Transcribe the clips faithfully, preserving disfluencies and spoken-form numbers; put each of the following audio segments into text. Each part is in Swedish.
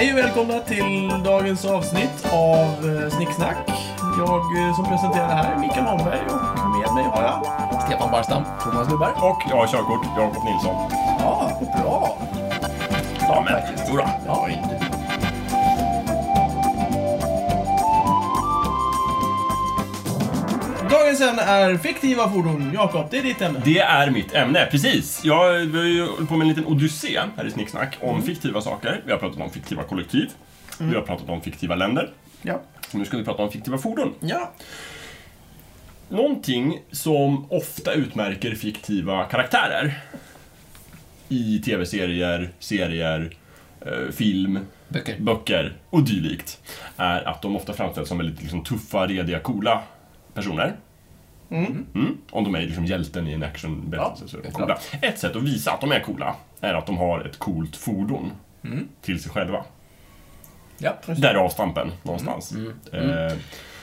Hej och välkomna till dagens avsnitt av eh, Snicksnack. Jag eh, som presenterar det här är Mikael Holmberg och med mig har jag Stefan Barstam, Thomas Lundberg och jag har körkort, Jakob Nilsson. Ja, bra. Ja, men faktiskt. Jodå. ja, inte. Dagens ämne är fiktiva fordon. Jakob, det är ditt ämne. Det är mitt ämne, precis. Jag vi har ju hållit på med en liten odyssé här i Snicksnack om mm. fiktiva saker. Vi har pratat om fiktiva kollektiv. Mm. Vi har pratat om fiktiva länder. Ja. Så nu ska vi prata om fiktiva fordon. Ja. Någonting som ofta utmärker fiktiva karaktärer i tv-serier, serier, eh, film, Böcker. böcker och dylikt är att de ofta framställs som väldigt liksom, tuffa, rediga, coola personer. Mm. Mm. Om de är liksom hjälten i en actionberättelse, Ja, så är de det är coola. Ett sätt att visa att de är coola är att de har ett coolt fordon Mm. till sig själva. Ja, Där är avstampen någonstans. Mm. Mm. Eh,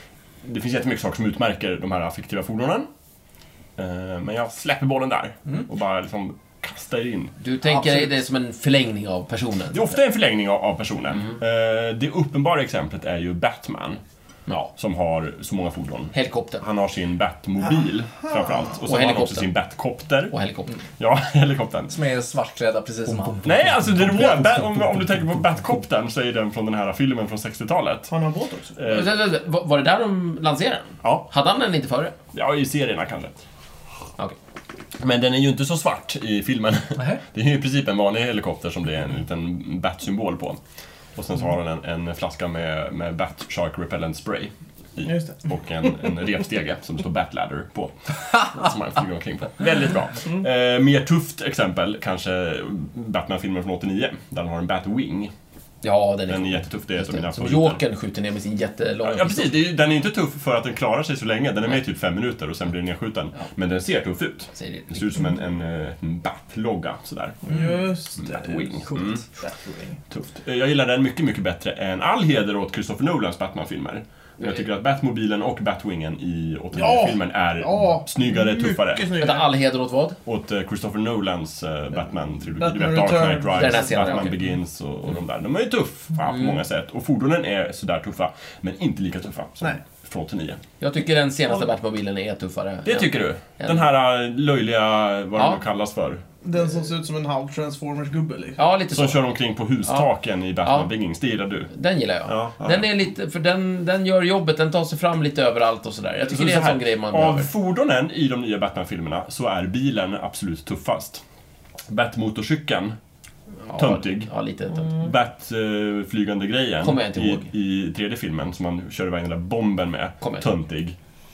det finns jättemycket saker som utmärker de här fiktiva fordonen. Eh, men jag släpper bollen där Mm. och bara liksom kastar in. Du tänker Absolut. det är som en förlängning av personen? Det är ofta en förlängning av, av personen. Mm. Eh, det uppenbara exemplet är ju Batman. Ja. Som har så många fordon. Helikopter. Han har sin Batmobil framförallt. Och så Och har han också helikopter. sin Batcopter. Och helikopter. Ja, helikoptern. som är svartklädda precis som han. Nej, alltså det roliga, Bat- om, om du tänker på Batcoptern så är den från den här filmen från sextiotalet. Han har båt också. Eh, Var var det där de lanserade den? ja, Hade han den inte före? ja, i serierna kanske. Okej. Men den är ju inte så svart i filmen. Nej. Det är ju i princip en vanlig helikopter som det är en liten bat-symbol på. Och sen så har den en, en flaska med, med Bat Shark Repellent Spray i. Just det. Och en, en repstege som det står Batladder på. Som man flyger omkring på. Väldigt bra. Eh, mer tufft exempel, kanske Batman-filmen från åttionio. Där den har en Batwing. Ja, den är, Den är jättetuff, det är Just som mina Som favoriter. Jokern skjuter ner med sin jättelånga Ja, precis. Det är, ju- den är inte tuff för att den klarar sig så länge. Den är med i typ fem minuter och sen blir den nedskjuten. Ja. Men den ser tuff ut. Säger det. Den ser ut som en, en, eh, en Bat-logga, sådär. Just det. Batwing. Coolt. Mm. Batwing. Tufft. Eh, Jag gillar den mycket, mycket bättre än all heder åt Christopher Nolans Batman-filmer. Jag tycker att Batmobilen och Batwingen i åttionio-filmen är Ja. snyggare, tuffare. Mycket Vänta, snyggare. all heder åt vad? Åt eh, Christopher Nolans eh, Batman-trilogi. Batman Du vet, Dark Knight Returns. Den här Rises, senare, Batman okej. Begins och, och de där. De är ju tuffa på Mm. många sätt. Och fordonen är sådär tuffa, men inte lika tuffa som Nej. från åttionio. Jag tycker den senaste Batmobilen är tuffare. Det tycker du? Den här eh, löjliga, vad Ja. den nu kallas för. Den som ser ut som en halv Transformers-gubbe liksom. Ja, lite Som så. kör omkring på hustaken i Batman Ja. Begins. Det gillar du? Den gillar jag. Ja, ja. Den är lite, för den, den gör jobbet, den tar sig fram lite överallt och sådär. Jag tycker Så det är en så här, sån grej man av behöver. fordonen i de nya Batman-filmerna så är bilen absolut tuffast. Batmotorcykeln, Ja, töntig. Ja, lite töntig. Bat-flygande grejen Kommer jag inte i, ihåg. i tredje filmen som man kör iväg den där bomben med. Kommer jag inte ihåg. Töntig.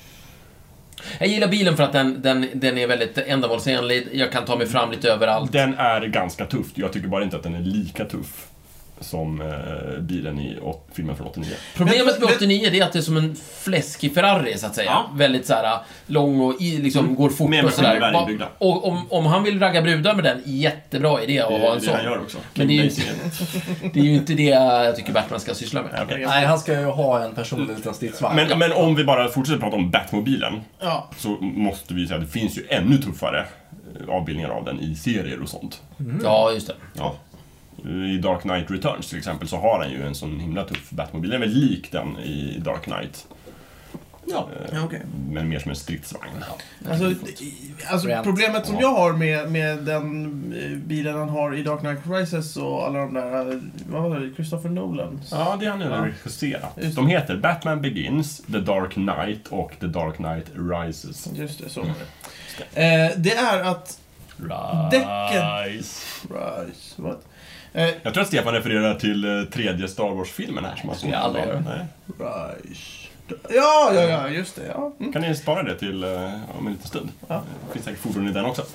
Jag gillar bilen för att den, den, den är väldigt ändamålsenlig. Jag kan ta mig fram lite överallt. Den är ganska tuff. Jag tycker bara inte att den är lika tuff som eh, bilen i åt, filmen från åttionio. Problemet Men- med men- åttionio det är att det är som en fläskig Ferrari, så att säga. Ja. Väldigt så här lång och i, liksom, går fort Med och sådär. maskiner inbyggda. Och om, om han vill ragga brudar med den, jättebra idé att Det ha är en det sån. han gör också. Men det är ju Kim inte, det är ju inte det jag tycker Batman ska syssla med. Okej. Nej, han ska ju ha en personlig liten stridsvagn. Men, men om vi bara fortsätter prata om Batmobilen Ja. så måste vi säga att det finns ju ännu tuffare eh, avbildningar av den i serier och sånt. Ja, just det. Ja. I Dark Knight Returns till exempel så har han ju en sån himla tuff Batmobil. Den är väldigt lik den i Dark Knight. Ja. Eh, Ja, okej. Men mer som en stridsvagn. Alltså, i- alltså Rent. problemet som Ja. jag har med, med den eh, bilen han har i Dark Knight Rises och alla de där, eh, vad var det, Christopher Nolan? Ja, det är han ju Ja. regisserat. Just De heter Batman Begins, The Dark Knight och The Dark Knight Rises. Just det, så var det. Eh, det är att... Däcken. Rise. Rise, what? Eh, Jag tror att Stefan refererar till eh, tredje Star Wars-filmen här som han såg. skulle jag aldrig göra. Nej. Rise. Ja, ja, ja, just det. Ja. Mm. Kan ni spara det till eh, om en liten stund? Ja. Det finns säkert fordon i den också.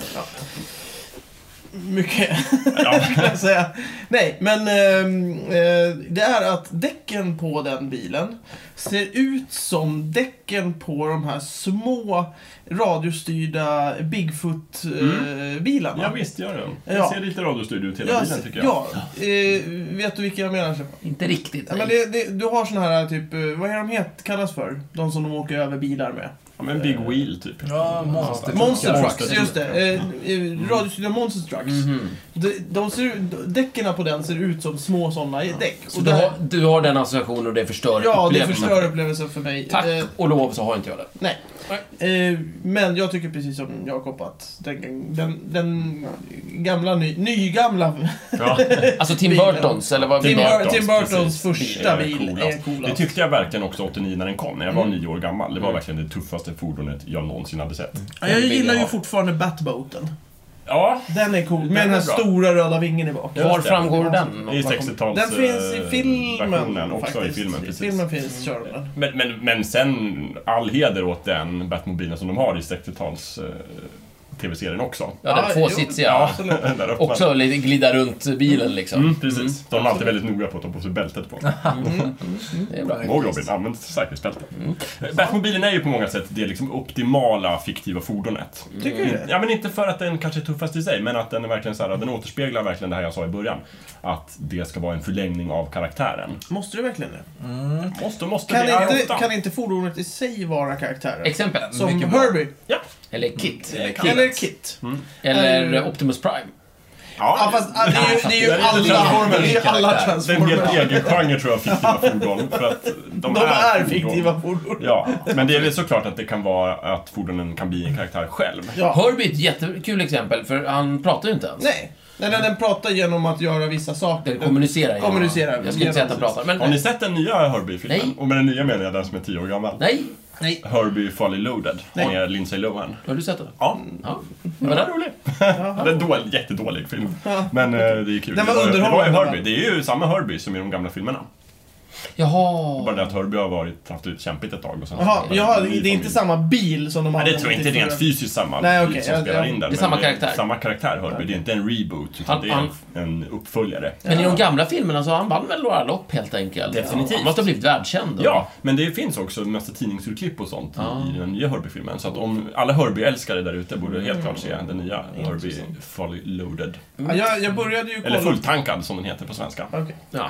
Mycket, Ja. kan jag säga. Nej, men ehm, eh, det är att däcken på den bilen ser ut som däcken på de här små radiostyrda Bigfoot-bilarna. Ja, visst gör den. Det Ja. ser lite radiostudio ut hela Ja, bilen tycker jag. ja. Eh, vet du vilka jag menar? Stefan? Inte riktigt. Ja, men det, det, du har såna här typ, eh, vad är de het, kallas för? De som de åker över bilar med. Ja, men Big Wheel typ. Ja, Monster, Monster Truck. Trucks, just det. Eh, eh, Radiostudion Monster Trucks. Mhm. De, de ser, däcken på den ser ut som små sådana däck. Så Och du där- har, du har den associationen och det förstör Ja, det upplevelsen. förstör upplevelsen för mig. Tack Eh, och lov så har inte jag det. nej. Eh, men jag tycker precis som Jakob att den, den, den gamla, ny, nygamla Ja. Alltså Tim Bilen. Burtons, eller vad Tim, vi Bur- Burtons, Tim Burtons precis. första Det är bil coolast. är coolast. Det tyckte jag verkligen också åttionio när den kom, när jag var Mm. nio år gammal. Det var verkligen det tuffaste fordonet jag någonsin hade sett. Ja, jag gillar ju Ja. fortfarande Batboaten. Ja, Den är cool, med Den den här är bra. stora röda vingen i bak. Just Var det. framgår den? i sextio-tals Den finns i eh, filmen versionen, också faktiskt. i filmen, I precis. filmen finns kör den. Men, men, men sen, all heder åt den Batmobilen som de har i sextio-tals eh, tv-serien också. Ja, den Ja, tvåsitsiga. jo, absolut. Där öppnar- Också lite glida runt bilen liksom. Mm, precis. De är alltid väldigt noga på att ta på sig bältet på. Det är bra. Och Robin, använd säkerhetsbälte. Batmobilen är ju på många sätt det liksom optimala fiktiva fordonet. Tycker du det? Ja, men inte för att den kanske är tuffast i sig, men att den är verkligen så här, den återspeglar verkligen det här jag sa i början. Att det ska vara en förlängning av karaktären. Måste du verkligen det? Måste, måste Kan det är inte, ofta. kan inte fordonet i sig vara karaktären? Exempel. Som Mycket bra. Herbie. Ja. Eller Kit. Eller Kit. Eller Kit. Eller Eh, Optimus Prime. Ja, Ja, fast ah, det är ju, det är ju Det är alla, Transformers det är ju alla det är en helt Transformers. egen genre tror jag, fiktiva fordon. För att de, De är fordon. fiktiva fordon. Ja, men det är väl såklart att det kan vara att fordonen kan bli en karaktär själv. Ja. Herbie är ett jättekul exempel, för han pratar ju inte ens. Nej. Nej, den, den pratar genom att göra vissa saker. Den kommunicerar genom- kommunicerar Jag ska inte säga att han genom- pratar, men... Har ni sett den nya Herbie-filmen? Nej. Och med den nya menar jag den som är tio år gammal. Nej, Nej. Herbie Fully Loaded. Nej. Med Lindsay Lohan. har du sett den? Ja, Ja. den Var var den? rolig. Ja, det är en dålig, jättedålig film. Men eh, det är kul. Den var Det var- underhållande, Det var va? ju Herbie. Det är ju samma Herbie som i de gamla filmerna. Jaha. Bara det att Herbie har varit, haft det lite kämpigt ett tag. Och sen Jaha, så- ja, en ny det är inte familj. samma bil som de Nej, det använder tror jag inte till rent förra- fysiskt samma Nej, bil okej, som ja, spelar ja. in där. Det är men samma karaktär. Samma karaktär, Herbie. Det är inte en reboot, utan Han- det är en, han- en uppföljare. Men i de gamla filmerna så han vann väl några lopp helt enkelt. Definitivt. Han måste ha blivit världskänd. då. Ja, men det finns också en massa tidningsurklipp och sånt Ja. i den nya Herbie-filmen. Så att om alla Herbie-älskare där ute borde helt klart se den nya Herbie Intressant. Fully Loaded. Ja, jag, jag började ju kolla... Eller fulltankad som den heter på svenska. Okej. Ja.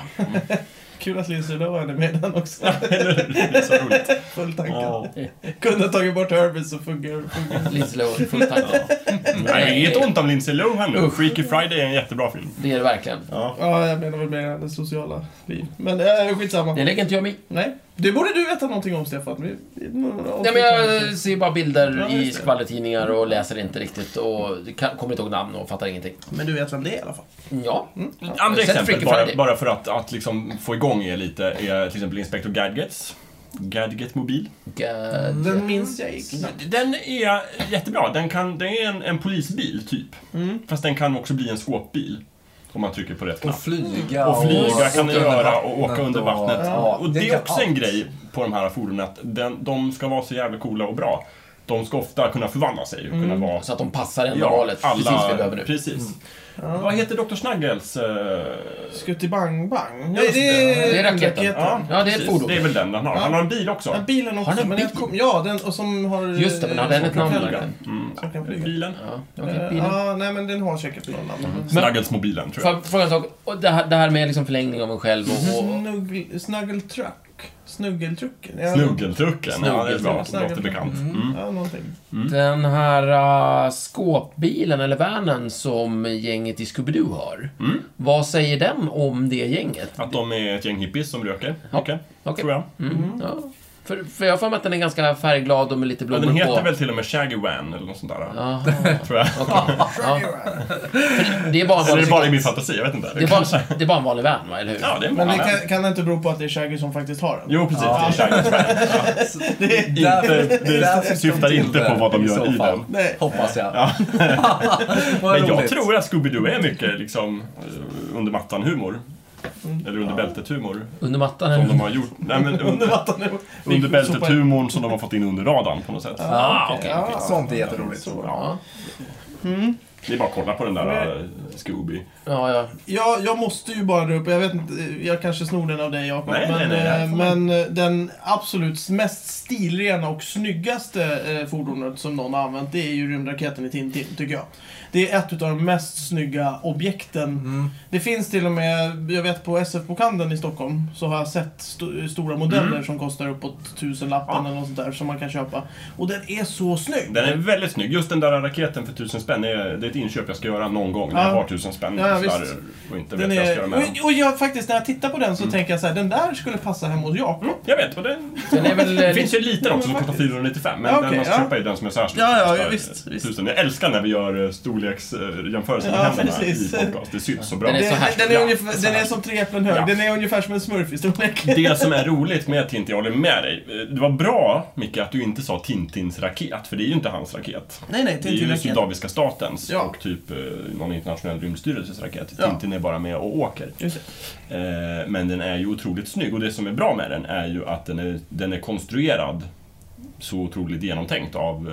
Kul att Lindsay Lohan är med i den också. Eller hur? Det är så roligt. Fulltankad. Kunde ha tagit bort Herbie så fungerar det. Lindsay Lohan, fullt tankad. Nej, inget ont om Lindsay Lohan nu. Usch. Freaky Friday är en jättebra film. Det är det verkligen. Ja. Ja, jag menar väl mer hennes sociala liv. Men det är skitsamma. Det lägger inte jag mig i. Nej. Det borde du veta någonting om, Stefan. Vi, vi, Nej, men jag ser bara bilder Ja, i just det. skvallertidningar och läser inte riktigt och kan- kommer inte ihåg namn och fattar ingenting. Men du vet vem det är i alla fall. Ja. Andra Sett exempel, Freaky bara, Friday. bara för att, att liksom få igång er lite, är till exempel Inspector Gadgets. Gadget-mobil. Ga- Den minns jag knappt. Den är jättebra. Den, kan, den är en, en polisbil, typ. Mm. Fast den kan också bli en skåpbil. Om man trycker på rätt Och knapp. flyga. Och flyga kan den åka under göra och åka under vattnet. Ja, och det den är kan också en allt. grej på de här fordonen att den, de ska vara så jävla coola och bra. De ska ofta kunna förvandla sig och kunna vara... Så att de passar Ja, ändamålet. Precis vad vi alla... behöver nu. Precis. Ja. Vad heter doktor Snuggles? eh, Skuttibang bang. Just Nej, det är, Det är raketen. Ja, Ja, det är ett precis. fordon. Det är väl den han har. Ja. Han har en bil också. Ja, bilen också. Har den men bil? jag kom, ja, den och som har... Just det, men har den som ett kan namn flyga. verkligen? Mm. Som kan flyga. Bilen. Ja, okej, Eh, bilen. Ja, nej men den har säkert någon namn. Men- Snuggles-mobilen, tror jag. Får jag fråga en sak? Och det, här, det här med liksom förlängning av en själv och... och Snuggl- Snuggeltruck. Snuggeltrucken. Ja, Snuggeltrucken. Ja, det är bra. Det Snuggeltrucken. låter bekant. Mm. Ja, någonting. Den här uh, skåpbilen eller vanen som gänget i Scooby-Doo har. Mm. Vad säger den om det gänget? Att de är ett gäng hippies som röker. Okej, Okej. tror jag. Mm. Ja. För, för jag har för mig att den är ganska färgglad och med lite Ja, blommor den heter på. väl till och med Shaggy Wan eller något sånt där. Jaha, Tror jag. okej. Ja. För det är bara en Eller är vanlig det bara i cykel- min fantasi? Jag vet inte. det är bara, det är bara en vanlig van, va? Eller hur? Ja, det är en Men det bra kan, kan det inte bero på att det är Shaggy som faktiskt har den? Jo, precis. Ja. Det är Shaggy Wan. Det är, Inte, det syftar inte på vad de gör i den. nej. Hoppas jag. Ja. Vad Men jag roligt. tror att Scooby-Doo är mycket liksom eh, under mattan-humor. Eller under bältet-humor. Under mattan? Som Eller? de har gjort. Nej, men Under under, vatten. under bältet-humorn som de har fått in under radarn på något sätt. Ah, okej. Ja. Sånt är jätteroligt. Så. Ja. Det är bara att kolla på den där uh, Scooby. Ja, ja. Ja, jag måste ju bara dra upp, jag vet inte, jag kanske snor den av dig Jakob, Nej, men, nej, nej, eh, men eh, den absolut mest stilrena och snyggaste eh, fordonet som någon har använt, det är ju rymdraketen i Tintin, tycker jag. Det är ett av de mest snygga objekten. Mm. Det finns till och med, jag vet på S F-bokhandeln i Stockholm så har jag sett st- stora modeller Mm. som kostar uppåt tusenlappen Ja. eller något sånt där som man kan köpa. Och den är så snygg. Den är väldigt snygg. Just den där raketen för tusen spänn, är, det är ett inköp jag ska göra någon gång när Ja. jag har tusen spänn. Ja, så där, visst. och inte Den vet vad jag ska är, göra med den. och, och jag faktiskt, när jag tittar på den så tänker jag så här, den där skulle passa hem hos Jakob. Mm, jag vet, och den, Den är väl... det finns ju en liten också som men kostar fyrahundranittiofem, men Ja, den okej, man ska ja. köpa är den som är särskild. Ja, ja, Kostar, ja, visst, eh, visst. tusen. Jag älskar när vi gör eh, storleksjämförelser med Ja, händerna precis. i podcast. Det syns så bra. Den är Den, så här den, stor. är Ja, ungefär, så den här är som tre äpplen hög. Ja. Den är ungefär som en smurf i storlek. Det som är roligt med Tintin, jag håller med dig. Det var bra, Micke, att du inte sa Tintins raket, för det är ju inte hans raket. Nej, nej, Det är ju Tintin-raket. Sydafrikanska statens Ja. och typ eh, någon internationell rymdstyrelses raket. Ja. Tintin är bara med och åker. Just det. Eh, men den är ju otroligt snygg, och det som är bra med den är ju att den är, den är konstruerad så otroligt genomtänkt av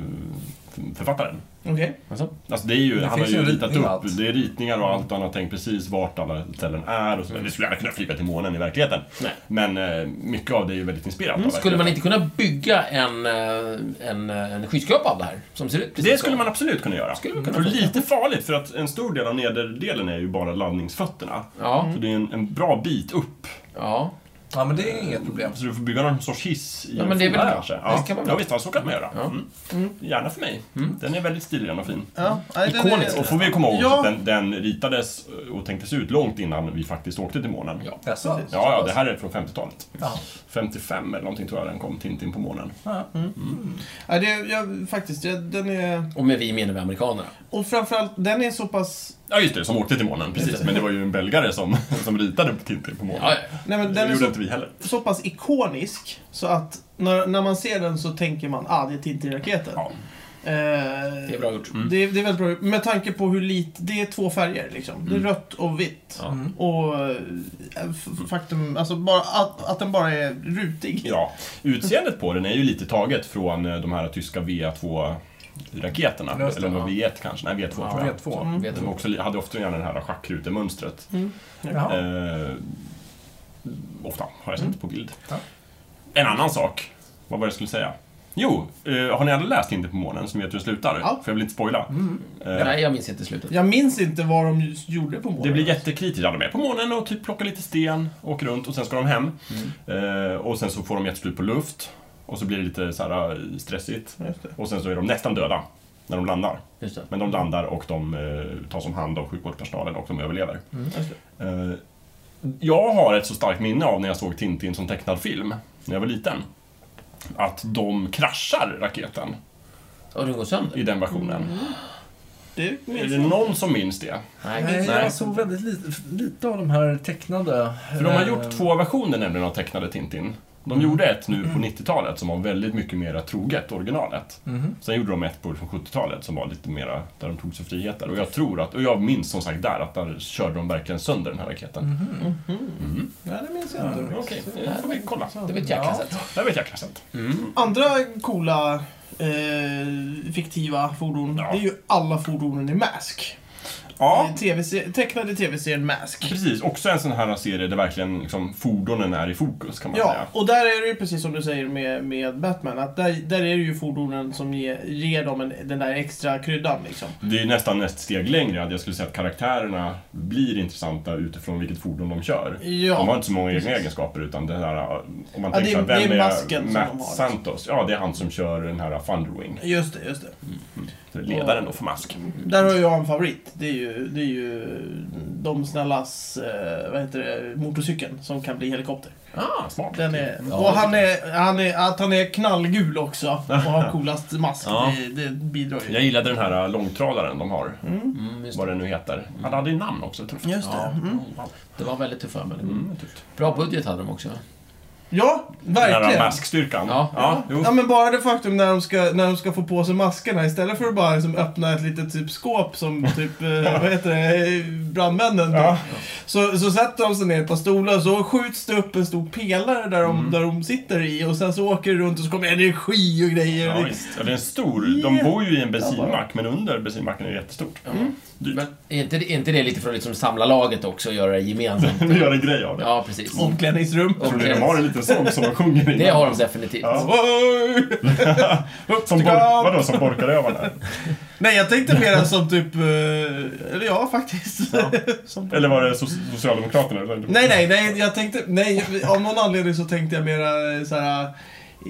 eh, författaren. Okej. Alltså, Alltså det är ju, Det han har finns ju ju en ritat ritning upp, och allt. det är ritningar och allt, och han har tänkt precis vart alla ställen är och så. Det skulle aldrig kunna flyga till månen i verkligheten. nej. Men eh, mycket av det är ju väldigt inspirerat av Skulle man verkligheten. inte kunna bygga en, eh, en, eh, en skyskrapa av det här? Som ser ut precis Det så? skulle man absolut kunna göra. Skulle man kunna och få. lite farligt, för att en stor del av nederdelen är ju bara laddningsfötterna. Ja, Så det är en, en bra bit upp. ja. Ja, men det är inget problem. Så du får bygga någon sorts hiss i Ja, men det är väl foten bra. kanske. Det Ja, kan man ja väl. visst, så kan man göra. Ja. Mm. Mm. Gärna för mig. Mm. Den är väldigt stilig och fin. Ja. Nej, den Ikonisk. är- Och får vi komma ihåg Ja. att den, den ritades och tänktes ut långt innan vi faktiskt åkte till månen. Ja. Jaså? Precis. Ja, ja, det här är från femtiotalet. Ja. femtiofem eller någonting tror jag den kom, Tintin på månen. Ja. Ja, det, jag, faktiskt, jag, den är... Och med vi menar vi amerikanerna. Och framförallt, den är så pass... Ja, just det, som åkte till månen, precis. Men det var ju en belgare som, som ritade Tintin på månen. Ja, ja. Nej, men Det den är gjorde så, inte vi heller. så pass ikonisk så att när, när man ser den så tänker man, ah, det är Tintin-raketen. Ja. Eh, Det är bra gjort. Mm. det, är- det är väldigt bra. Med tanke på hur lite... Det är två färger, liksom. Det är Mm. rött och vitt. Ja. Mm. Och eh, f- faktum, alltså bara att, att den bara är rutig. Ja, utseendet på den är ju lite taget från eh, de här tyska V två-raketerna. Just det, Eller ja. V ett kanske, nej V två Ja, tror jag. V två. Mm. Vet De du. också, hade ofta gärna det här schackrutemönstret. Mm. Jaha. Eh, ofta, har jag sett på bild. Ja. En annan sak, vad var det jag skulle säga? Jo, eh, har ni aldrig läst Tintin på månen som vet hur det slutar? Ja. För jag vill inte spoila. Mm. Eh, Nej, jag minns inte slutet. Jag minns inte vad de just gjorde på månen. Det blir jättekritiskt. Ja, de är på månen och typ plockar lite sten, åker runt och sen ska de hem. Eh, och sen så får de jätteslut på luft. Och så blir det lite så här eh, stressigt. Just det. Och sen så är de nästan döda när de landar. Just det. Men de landar och de eh, tas om hand av sjukvårdspersonalen och de överlever. Just det. Eh, jag har ett så starkt minne av när jag såg Tintin som tecknad film, när jag var liten. Att de kraschar raketen Och den går sönder? i den versionen. Det Är minns det jag. någon som minns det? Nej, Nej, nej. jag såg väldigt lite, lite av de här tecknade. För de har eh, gjort två versioner nämligen av tecknade Tintin. De gjorde ett nu på nittiotalet som var väldigt mycket mer troget originalet. Mhm. Sen gjorde de ett på från sjuttiotalet som var lite mera där de tog sig friheter. Och jag tror att, och jag minns som sagt där att där körde de verkligen sönder den här raketen. Mhm. Mm. Ja, det minns jag inte. Okej, det får vi kolla. Det var ett jäkla Ja. sätt. Det har vi ett jäkla sätt. Mm. Andra coola eh, fiktiva fordon, Ja. det är ju alla fordonen i Mask. Ja, Eh, T V-se- tecknade tv-serien Mask. precis. Också en sån här serie där verkligen liksom, fordonen är i fokus kan man Ja, säga. och där är det ju precis som du säger med, med Batman, att där, där är det ju fordonen som ger, ger dem en, den där extra kryddan liksom. Det är nästan ett steg längre. Jag skulle säga att karaktärerna blir intressanta utifrån vilket fordon de kör. Ja. De har inte så många egna precis. egenskaper utan det här, om man Ja, tänker det är- så här, vem det är är masken som de Matt har, liksom. Santos? Ja, det är han som kör den här Thunderwing. Just det, just det. Så det är ledaren då för Mask. Där har jag en favorit. Det är ju, det är ju de snällas, eh, vad heter det, motorcykeln som kan bli helikopter. Ah, smart. Den är, Ja, och han är, han är, att han är knallgul också och har coolast mask, Ja. det, det bidrar ju. Jag gillade den här långtradaren de har. Mm. Mm, just Vad det. den nu heter. Han hade ju namn också, tufft. Just det. Ja. Mm. Det var väldigt tuffa, men Mm, tufft. bra budget hade de också. Ja, Den här verkligen. maskstyrkan. Ja. Ja, jo. Ja, men bara det faktum när de ska, när de ska få på sig maskerna istället för att bara liksom öppna ett litet typ skåp som typ, eh, vad heter det, brandmännen. Ja. Så, så sätter de sig ner på stolar och så skjuts det upp en stor pelare där de, Mm. där de sitter i och sen så åker det runt och så kommer energi och grejer. Ja, visst. Ja, det är en stor. De bor ju i en bensinmack, men under bensinmacken är det jättestort. Mm. Dyrt. Men är inte, det- är inte det lite för att liksom samla laget också och göra det gemensamt? Vi gör en grej av det. Ja, precis. Omklädningsrum. Tror ni de har en liten sång som de sjunger i? Det har de definitivt. Ja. Oj! Som bor- vadå, som Borkarövarna? Nej, jag tänkte mer som typ... eh, Eller ja, faktiskt. Som- Eller var det so- Socialdemokraterna? Nej, nej, nej, jag tänkte... Nej, av någon anledning så tänkte jag mera så här... I...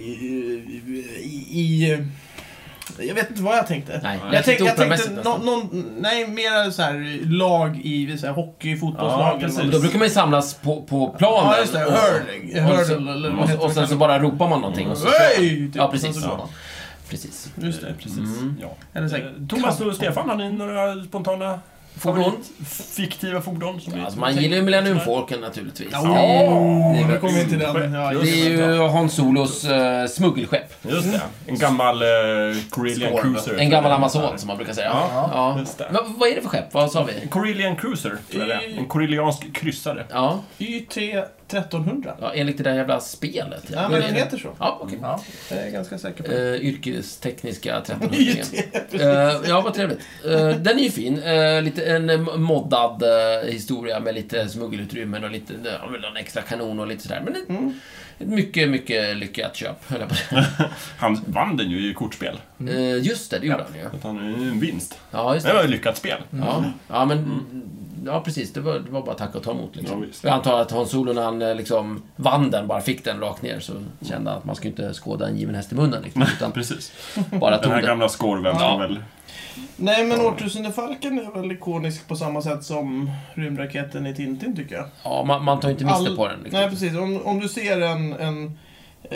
i, i jag vet inte vad jag tänkte. Nej, jag lät tänkte, lite jag tänkte operamässigt nå, nästan. någon, nej, mera så här lag i så här, hockey, fotbollslag. Ja, eller precis. något. Då brukar man ju samlas på, på planen. Ja, just det. och- Hurling. och så- Hurdle, eller vad Och, heter och det? sen så bara ropar man någonting och så Hey! Typ, Ja, och sen precis. så går man. Precis. Just det. Eh, Precis. Mm. Ja. Eller så här, Eh, Thomas och Stefan, har ni några spontana Fordon? favorit- fiktiva fordon? Som vi Alltså, man tänker gillar ju på? Millennium Falcon naturligtvis. Ja, Det är- nu kommer vi till den. Ja, Det är ju Hans Solos uh, smuggelskepp. Just det. En gammal uh, Corellian Storm. Cruiser. En gammal Amazon som man brukar säga. Ja, Ja. just det. Men vad är det för skepp? Vad sa vi? En Corellian Cruiser, tror jag det är. En korelliansk kryssare. Ja, Y T trettonhundra. ja enligt det där jävla spelet. Ja, men den heter så. Ja, okej. Ja. Jag är ganska säker på Uh, det. yrkestekniska Y trettonhundringen. T, Uh, ja, vad trevligt. Uh, den är ju fin. Uh, lite en uh, moddad uh, historia med lite smuggelutrymmen och lite uh, väl en extra kanon och lite sådär. Men ett, Mm. ett mycket, mycket lyckat köp, höll jag på att säga. Han vann den ju i kortspel. Uh, just det, det gjorde han ju. Så att han är ju en vinst. Ja, just Det var det. ett lyckat spel. Ja, ja men... Ja, precis. Det var, det var bara tack och ta emot. Liksom. Ja, visst. Jag antar att Hans Solo, när han eh, liksom vann den, bara fick den rakt ner, så kände han att man ska inte skåda en given häst i munnen. Liksom, utan Precis. bara Den tog här den. gamla skorven Ja. som väl... Nej, men Årtusendefalken är väl ikonisk på samma sätt som rymdraketen i Tintin, tycker jag. Ja, man, man tar inte miste All- på den. Liksom. Nej, precis. Om, om du ser en, en eh,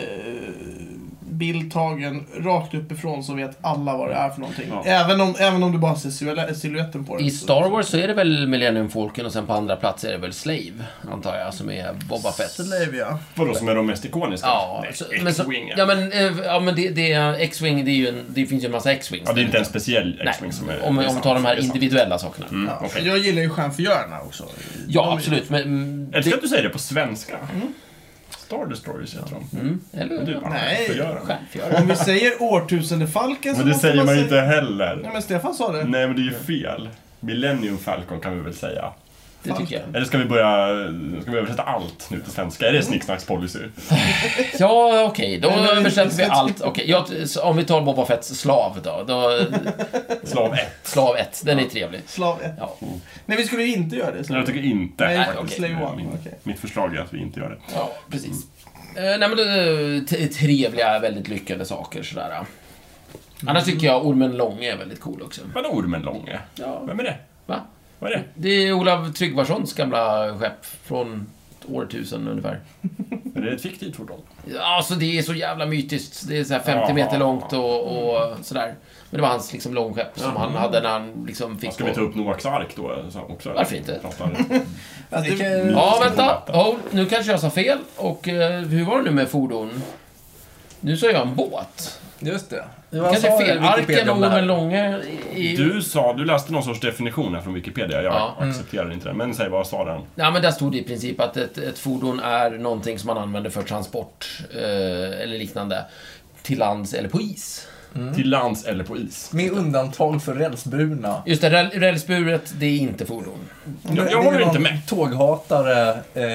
bild tagen rakt uppifrån så vet alla vad det är för någonting. Ja. Även, om, även om du bara ser silhou- silhuetten på den. I Star Wars så är det väl Millennium Falcon och sen på andra plats är det väl Slave, antar jag, som är Boba Fett. Slave, ja. Vadå, som är de mest ikoniska? Ja, Nej, så, men, så, X-Wing. ja, men, eh, ja, men det, det är X-Wing, det, är ju en, det finns ju en massa X-Wings. Ja, det är inte en där. speciell Nej, X-Wing som är... om, det är om vi sant, tar de här det är sant. individuella sakerna. Mm, Ja, okej. Jag gillar ju stjärnförgörarna också. Ja, De är- absolut. Men, mm, Älskar att det, du säger det på svenska. Star Destroyers heter de. mm, eller Du bara, Nej. förgör dem. Stjärnfjärilar. Om vi säger Årtusendefalken så Men det måste säger man ju säga... inte heller. Nej, men Stefan sa det. Nej, men det är ju fel. Millennium Falcon kan vi väl säga. Det tycker jag. Eller ska vi börja... Ska vi översätta allt nu till svenska? Är det snicksnackspolicy? Ja, okej. Då Eller- översätter vi allt. Okej, jag, så om vi tar Boba Fetts slav då. då Slav ett. slav ett, den är trevlig. Slav ett. Ja. Nej, vi skulle ju inte göra det. Nej, Slav. jag tycker inte. Nej, faktiskt. okej. Slave Eh, one. Min, Okej. Mitt förslag är att vi inte gör det. Ja, precis. Eh, nej, men det, t- trevliga, väldigt lyckade saker sådär. Annars tycker jag Ormen Långe är väldigt cool också. Vadå Ormen Långe? Ja. Vem är det? Va? Vad är det? Det är Olav Tryggvasons gamla skepp från årtusen ungefär. Är det ett fiktivt fordon? Ja, alltså det är så jävla mytiskt. Det är så här femtio Jaha. meter långt och, och sådär. Men det var hans liksom långskepp som Jaha. han hade när han liksom fick... Ska vi ta upp Noaks ark då så också? Varför inte? Pratar. Att Det det, kan- Ja, vänta. Hold. Nu kanske jag sa fel. Och eh, hur var det nu med fordon? Nu sa jag en båt. Just det. Det Vad kanske sa är fel. Wikipedia Arken och om det här? Ormen Långe i... Du sa, du läste någon sorts definition här från Wikipedia. Jag Ja. accepterar inte den. Men säg, vad sa den? Ja, men där stod det i princip att ett, ett fordon är någonting som man använder för transport eh, eller liknande till lands eller på is. Till lands eller på is. Med undantag för rälsburna. Just det, räl- rälsburet, det är inte fordon. Jag, jag Det är håller någon inte med. tåghatare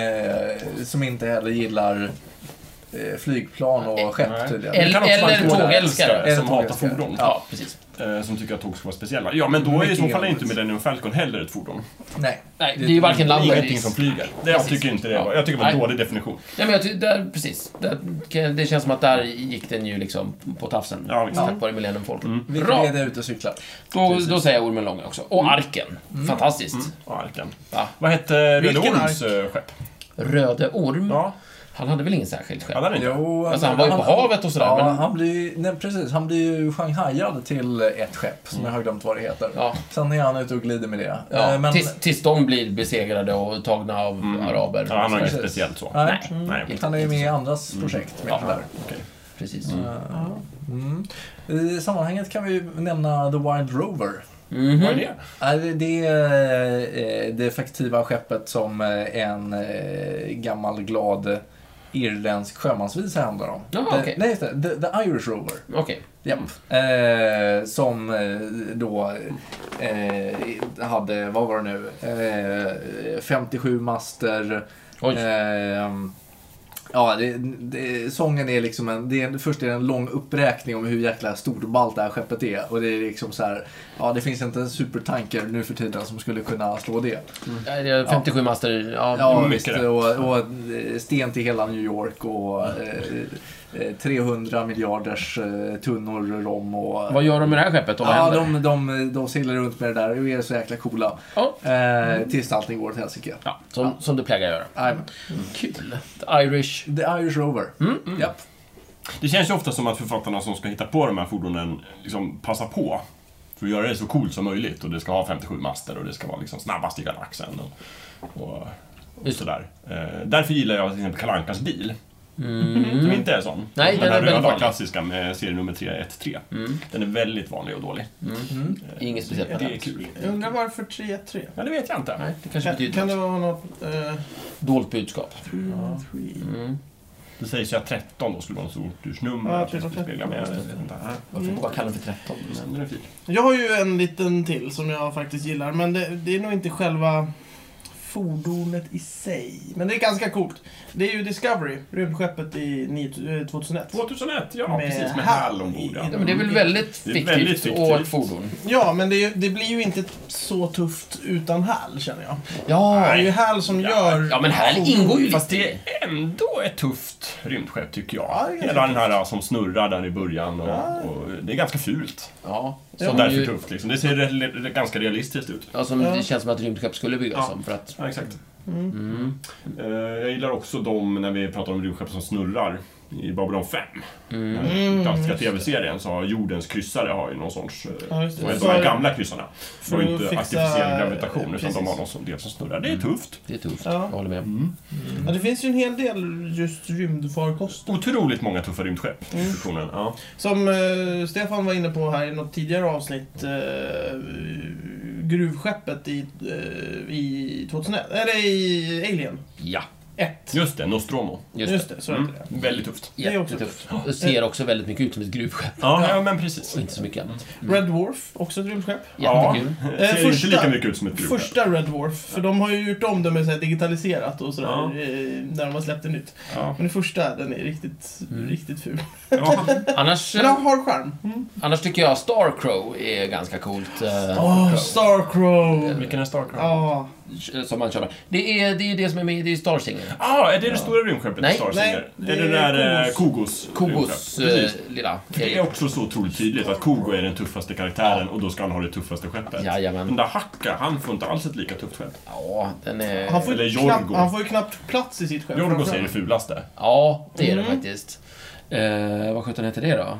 eh, som inte heller gillar eh, flygplan och skepp Nej. tydligen. Eller- Det kan också vara en eller tågälskare tågälskare. som Eller hatar tågälskare. fordon. Ja, precis. Eh, Som tycker att tåg ska vara speciella. Ja, men då är i Mycket så fall är gammalt. inte Millennium Falcon heller ett fordon. Nej. Nej, det är ju varken land eller Ingenting is. som flyger. Det, jag Precis. tycker inte det Ja. var. Jag tycker det var en Nej. dålig definition. Ja, men jag ty- där, precis. Där, det känns som att där gick den ju liksom på tafsen. Ja, visst. Tack vare Millennium Falcon. Mm. Vi Bra. är ute och cyklar. Då, Precis. då säger jag Ormen Långe också. Och Arken. Fantastiskt. Mm. Och arken. Va? Vad hette Röde Vilken Orms eh, skepp? Röde Orm. Ja. Han hade väl ingen särskild skepp? Hade han inte? Jo, Alltså, han var ju på havet och sådär, Ja, men- han blir, nej, precis. Han blir ju shanghajad till ett skepp som jag har glömt vad det heter. Ja. Sen är han ute och glider med det. Ja, Eh, men, tills, tills de blir besegrade och tagna av araber. Ja, han har inget Precis. speciellt så. nej, Nej. Nej. Inte- han är ju med i andras projekt. Med Ja. det där. Okej. Precis. Mm. I sammanhanget kan vi nämna The Wild Rover. Mhm. Vad är det? Nej, det- Det är eh, det fiktiva skeppet som eh, en eh, gammal glad irländsk sjömansvisa handlar om. Ja, Det- okej. Nej, just det. The, the Irish Rover. Okej. Japp. Eh, som eh, då eh, hade, vad var det nu, eh, femtiosju master. Oj. Eh, ja, det, det, sången är liksom en, det är, först är det en lång uppräkning om hur jäkla stort och ballt det här skeppet är. Och det är liksom så här, ja, det finns inte en supertanker nu för tiden som skulle kunna slå det. Ja, det är femtiosju master. Ja, Ja, mycket visst, det. och, och sten till hela New York och eh, eh, trehundra miljarders eh, tunnor rom och... Vad gör de med det här skeppet? Om Ja, händer? de, de, de seglar runt med det där och är så jäkla coola. Ja. Eh, tills allting går åt helsike. Ja, som, som du plägar göra. Jajamän. Kul. The Irish. The Irish Rover. Mm. Japp. Det känns ju ofta som att författarna som ska hitta på de här fordonen liksom passar på för att göra det så coolt som möjligt. Och det ska ha femtiosju master och det ska vara liksom snabbast i galaxen och, och, och sådär. Eh, därför gillar jag till exempel Kalle Ankas bil. Mm. Som inte är sån. Nej, den den är här väldigt röda vanlig. klassiska med serienummer tre ett tre. Mm. Den är väldigt vanlig och dålig. Mm. Inget speciellt med Det är det. kul. Jag undrar varför tre ett tre? Ja, det vet jag inte. Nej, det kanske Kan, betyder kan det något. vara något... Eh, Dolt budskap. mm. Det sägs ju att tretton då skulle vara en sortursnummer. Ja, att det skulle spegla med. Jag vet inte. Varför får bara kalla den för tretton? Men den är fin. Jag har ju en liten till som jag faktiskt gillar, men det, det är nog inte själva fordonet i sig. Men det är ganska coolt. Det är ju Discovery, rymdskeppet i nio- eh, tvåtusenett. tvåtusenett, ja Med precis. Med hal häl ombord. i- Ja, men det är väl väldigt Det är fiktivt, väldigt fiktivt. och ett fordon. Ja, men det, är, ju- det blir ju inte så tufft utan häl, känner jag. Ja, Det är ju häl som Ja. gör... ja men här ingår ju Fast lite. det är ändå ett tufft rymdskepp tycker jag. Ja, det är ganska Hela den här som snurrar där i början. Och, Ja. och det är ganska fult. Ja, Så som, därför ju, tufft liksom. Det ser re- re- ganska realistiskt ut. ja, som Ja. det känns som att rymdskepp skulle byggas Ja. som. För att, Ja, exakt. Mm. mm. Eh, jag gillar också dem när vi pratar om rymdskepp som snurrar. I Babylon fem. Mm. Den klassiska tv-serien så har jordens kryssare har ju någon sorts... eh, Ja, just det. vad heter För- de här gamla kryssarna. för Får att inte fixa- artificiell gravitation utan precis. de har någon som del som snurrar. Det är tufft. Det är tufft, Ja. jag håller med. Mm. Ja, det finns ju en hel del just rymdfarkoster. Otroligt många tuffa rymdskepp i Mm. fiktionen. Ja. Som eh, Stefan var inne på här i något tidigare avsnitt. Eh, gruvskeppet i, eh, i tvåtusenett. Eller i Alien. Ja, ett. Just det, Nostromo. just, Just det. det, så Mm. heter det. Väldigt tufft. Det är också Jättetufft. Det ser också väldigt mycket ut som ett gruvskepp. Ja, ja men precis. Och inte så mycket annat. Red Dwarf, också ett rymdskepp. Jättekul. Ja, Eh, ser ju första- inte lika mycket ut som ett gruvskepp. Första Red Dwarf, för de har ju gjort om det med så här digitaliserat och sådär, Ja. eh, när de har släppt det nytt. Ja. Men den första, den är riktigt, Mm. riktigt ful. Ja. Annars, Men den har charm. Mm. annars tycker jag Starcrow är ganska coolt. eh, Åh, Starcrow! Vilken är Starcraft? Ja. Som man kör. Det är det, är det som är med i Star Singer. Ah, är det det stora rymdskeppet Nej. i Star Singer? Nej, det är det är där eh, Kogos. Kogos? Kogos rymdskepp? eh, Precis. lilla. För det är också så otroligt tydligt att Kogo är den tuffaste karaktären och då ska han ha det tuffaste skeppet. Den Jajamän. där Hacka, han får inte alls ett lika tufft skepp. Ja, den är... Han får, Eller ju Jorgo. knappt, han får ju knappt plats i sitt skepp. Jorgos är det fulaste. Ja, det är det Mm. faktiskt. Eh, vad sjutton heter det då?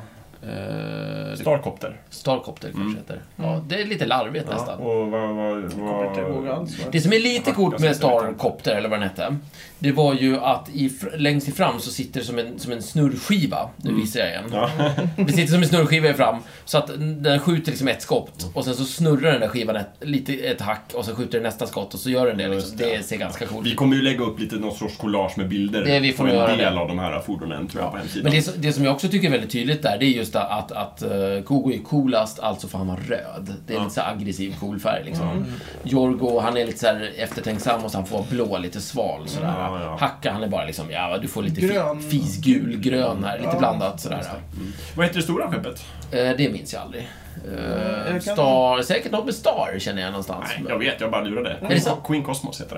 Eh, Starcopter. Starcopter kanske Mm. heter. Ja, det är lite larvigt Ja, nästan. och vad... vad, Jag kommer inte ihåg vad alls. Det som är lite Ja, coolt jag med sitter lite. Starcopter, eller vad den hette, det var ju att i, fr- längst i fram så sitter det som en, som en snurrskiva. Nu Mm. visar jag igen. Ja. Det sitter som en snurrskiva i fram, så att den skjuter liksom ett skott, och sen så snurrar den där skivan ett, lite ett hack, och så skjuter den nästa skott, och så gör den det liksom. Just det. Det ser ganska coolt Vi ut. kommer ju lägga upp lite någon sorts collage med bilder Det vi får på en göra del det. av de här fordonen tror jag på hemsidan. Men det, som- det som jag också tycker är väldigt tydligt där, det är just att, att uh, Kogo är coolast, alltså får han vara röd. Det är Ja. lite så här aggressiv, cool färg liksom. Jorgo, han är lite så här eftertänksam, och så han får vara blå, lite sval sådär. Ja, ja. Hacka, han är bara liksom, ja du får lite Grön. fi, fisgul, grön här, lite Ja, blandat sådär. Mm. Vad heter det stora skeppet? Eh, det minns jag aldrig. Eh, kan- Star, säkert något med Star känner jag någonstans. Nej, jag vet, jag bara lurade. Är det så? Queen Cosmos heter det.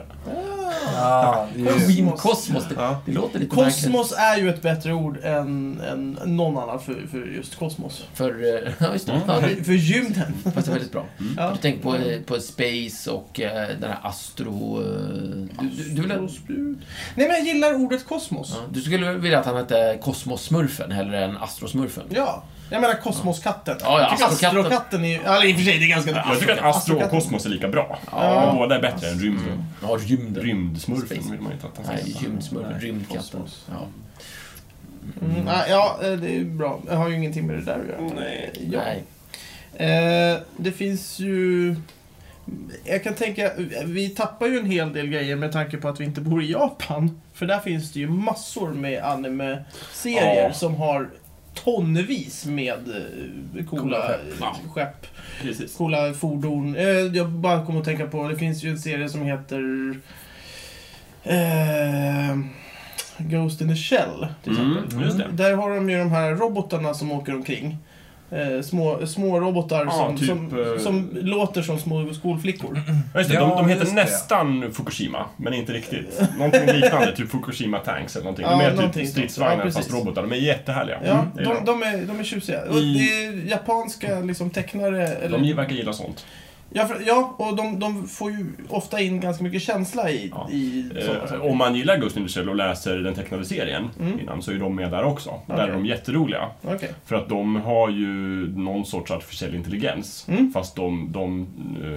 Ja, det är ju... Queen Cosmos, det, Ja. det låter lite märkligt. Kosmos är ju ett bättre ord än, än någon annan för, för just kosmos. För, eh, ja just det. Mm. Ja, det För rymden. fast det är väldigt bra. Ja. Du tänker på, eh, på Space och eh, den här Astro... eh, Du, du, du vill... Astrospjut. Nej, men jag gillar ordet kosmos. Ja, du skulle vilja att han hette Kosmossmurfen hellre än Astrosmurfen. Ja, jag menar kosmoskatten. Ja, ja, jag tycker astrokatten. astrokatten är ju... Eller i och för sig, det är ganska... Jag tycker att Astro och Kosmos är lika bra. Ja. Men båda är bättre än rymd. Mm. Ja, rymden. Rymdsmurfen vill man inte att han ska Nej, heta. rymdsmurfen, rymdkatten. Kosmos. Ja. Mm, nej, ja, det är ju bra. Jag har ju ingenting med det där att göra. Nej. Ja. Nej. Eh, det finns ju... Jag kan tänka, vi tappar ju en hel del grejer med tanke på att vi inte bor i Japan. För där finns det ju massor med anime-serier Ja. som har tonvis med eh, coola, Coola skepp. Ja. skepp, Precis. coola fordon. Eh, jag bara kommer att tänka på, det finns ju en serie som heter eh, Ghost in the Shell till Mm, exempel. just det. Där har de ju de här robotarna som åker omkring. Eh, små, små robotar Ja, som, typ, som, eh, som låter som små skolflickor. Ja, just det. Ja, De, de heter just det. nästan Fukushima, men inte riktigt. Någonting liknande, typ Fukushima Tanks eller någonting. De Ja, är någonting typ sånt. stridsvagnar Ja, precis. fast robotar. De är jättehärliga. Ja, Mm, det är bra. de, de, är, de är tjusiga. Och I- det är japanska liksom, tecknare. Eller, De verkar gilla sånt. ja, för, ja, och de, de får ju ofta in ganska mycket känsla i, Ja. i sådana Eh, saker. om man gillar Ghost in the Shell och läser den tecknade serien Mm. innan så är de med där också. Där Okej. är de jätteroliga. Okej. För att de har ju någon sorts artificiell intelligens. Mm. Fast de, de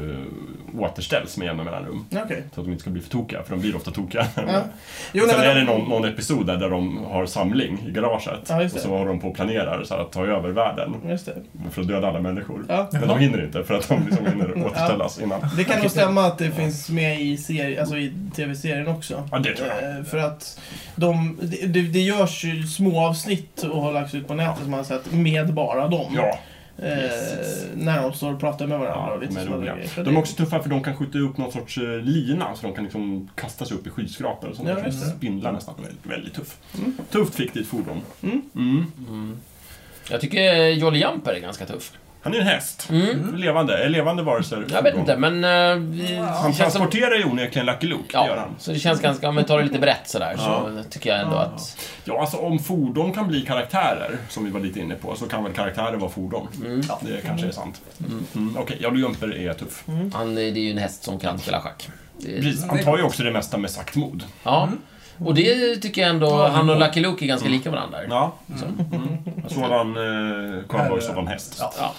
uh, återställs med jämna mellanrum. Okej. Så att de inte ska bli för tokiga, för de blir ofta tokiga. Ja. Jo, Sen nej, är men det de- någon, någon episod där, där de har samling i garaget. Ja, just och det. så har de på och planerar så här, att ta över världen. Just det. För att döda alla människor. Ja. Men de hinner inte för att de liksom hinner återställas innan. Det kan nog stämma att det finns med i, serie, alltså i tv-serien också. Ja, det tror jag. Eh, För att de, det, det det görs ju små avsnitt och har lagts ut på nätet som man har sett med bara dem. Ja, Eh, Precis. när de står och pratar med varandra ja och lite de är sådana roliga. grejer. Så De är det- också tuffa för de kan skjuta upp någon sorts eh, lina så de kan liksom kasta sig upp i skyskrapor och sånt. Ja, Det finns just det. spindlar nästan. Väldigt, väldigt tuff. Mm. Tufft fiktigt fordon. Mm. Mm. Mm. Jag tycker Jolly Jumper är ganska tuff. Han är en häst. Mm. Levande. Är levande varelser. Jag vet inte, men... Uh, vi, Han det känns som, transporterar ju onekligen Lucky Luke. Det gör ja, han. så det känns ganska... Om vi tar det lite brett sådär Ja. så tycker jag ändå att... Ja, alltså om fordon kan bli karaktärer, som vi var lite inne på, så kan väl karaktärer vara fordon. Mm. Det kanske är sant. Mm. Mm. Okej, Jolly Jumper är tuff. Han, det är ju en häst som kan spela schack. Det, Precis, han tar ju också det mesta med saktmod. ja. Och det tycker jag ändå... Han och Lucky Luke är ganska lika varandra. Ja. Mm. Sådan eh, cowboy, sådan häst. Ja. Ja.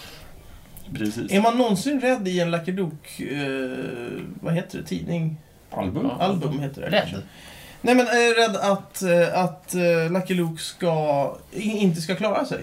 Precis. Är man någonsin rädd i en Lucky Luke, eh, vad heter det, tidning? Album? Ja. Album heter det. Rädd? kanske. Nej, men är rädd att, eh, att eh, Lucky Luke ska, inte ska klara sig.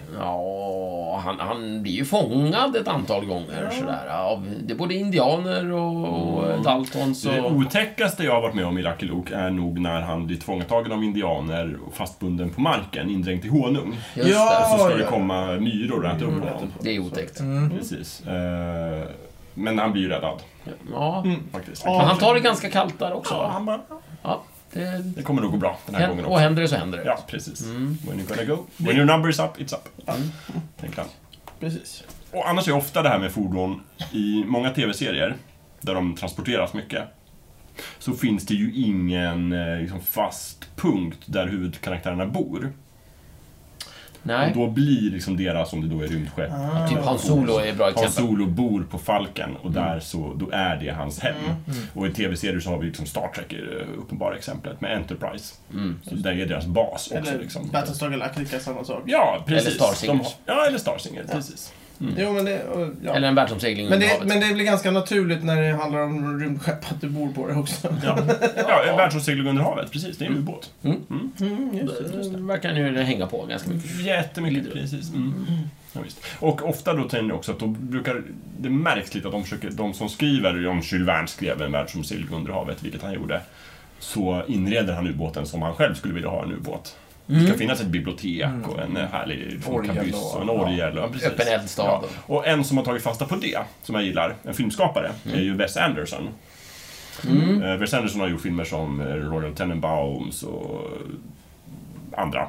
Ja, han, han blir ju fångad ett antal gånger Ja. sådär. Av, det är både indianer och, och Daltons Det och... otäckaste jag har varit med om i Lucky Luke är nog när han blir tvångatagen av indianer och fastbunden på marken, indränkt i honung. Just Ja. det. Så ska ja, det ja. komma myror och äta upp Mm. honom. Det är otäckt. Mm. Precis. Eh, men han blir ju räddad, Ja. Mm. faktiskt. Ja. Men han tar det ganska kallt där också. Ja, han bara, Ja, det, det kommer nog gå bra den här gången och också. händer det så händer det. Ja, precis. Mm. When you're gonna go, when your number is up, it's up. Mm. Tänker han. Precis. Och annars är ofta det här med fordon i många tv-serier där de transporteras mycket, så finns det ju ingen eh, liksom, fast punkt där huvudkaraktärerna bor. Nej. Och då blir liksom deras, om det då är rymdskepp, Ah. Typ Han Solo är ett bra Han exempel. Solo bor på Falken och där så, då är det hans hem. Och i tv-serier så har vi liksom Star Trek, är det uppenbara exemplet, med Enterprise. Mm. Så där är deras bas också. Eller liksom. Battlestar Galactica, samma sak. Ja, precis. Eller Star Singers. De har, ja, eller Star Singers, precis. Jo, men det... och, ja. Eller en världsomsegling Men under det, havet. men det blir ganska naturligt när det handlar om rymdskepp att du bor på det också. Ja, ja en världsomsegling under havet, precis. Det är en ubåt. Mm. Mm, just det, just det. Det verkar nu hänga på ganska mycket. Jättemycket, precis. Mm. Ja, visst. Och ofta då tänker jag också att de brukar, det märks lite att de försöker, de som skriver, om Jules Verne skrev en världsomsegling under havet, vilket han gjorde, så inreder han ubåten som han själv skulle vilja ha en ubåt. Det ska Mm. finnas ett bibliotek och en härlig Orgel kabyss och- och en orgel. Ja, precis. Öppen eldstad. Ja. Och en som har tagit fasta på det, som jag gillar, en filmskapare, är ju Wes Anderson. Mm. Eh, Wes Anderson har gjort filmer som eh, Royal Tenenbaums och andra.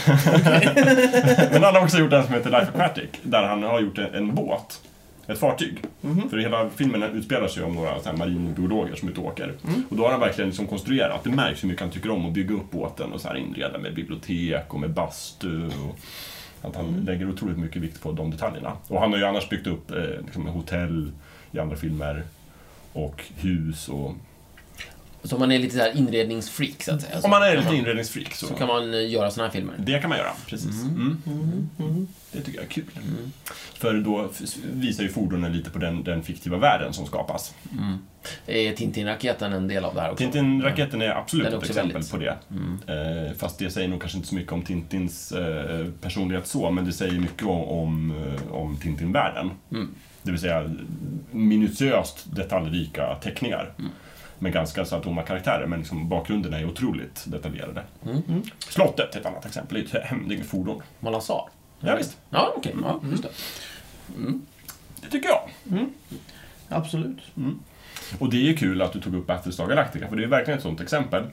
Men han har också gjort en som heter Life Aquatic, där han har gjort en, en båt, ett fartyg. Mhm. För hela filmen utspelar sig om några så här, marinbiologer som är ute och åker. Mm. Och då har han verkligen liksom konstruerat, det märks hur mycket han tycker om att bygga upp båten och så här inreda med bibliotek och med bastu. Och att han Mm. lägger otroligt mycket vikt på de detaljerna. Och han har ju annars byggt upp eh, liksom, hotell i andra filmer och hus och Så om man är lite så här inredningsfreak, så att säga. Om man är lite man, inredningsfreak så... så kan man uh, göra såna här filmer. Det kan man göra, precis. Mm. Mm. Mm. Mm. Det tycker jag är kul. Mm. För då f- visar ju fordonen lite på den, den fiktiva världen som skapas. Mm. Är Tintin-raketen en del av det här också? Tintin-raketen är absolut Den är ett också exempel väldigt- på det. Mm. Eh, fast det säger nog kanske inte så mycket om Tintins eh, personlighet så, men det säger mycket om, om, eh, om Tintin-världen. Mm. Det vill säga minutiöst detaljrika teckningar. Mm. Med ganska så tomma karaktärer, men liksom bakgrunden är otroligt detaljerade. Mm. Mm. Slottet är ett annat exempel, det är ett hemligt fordon. Malazar? Ja, visst. Ja, okej. Okay. Ja, just det. Mm. Det tycker jag. Mm. Absolut. Och det är kul att du tog upp Battlestar Galactica, för det är verkligen ett sånt exempel.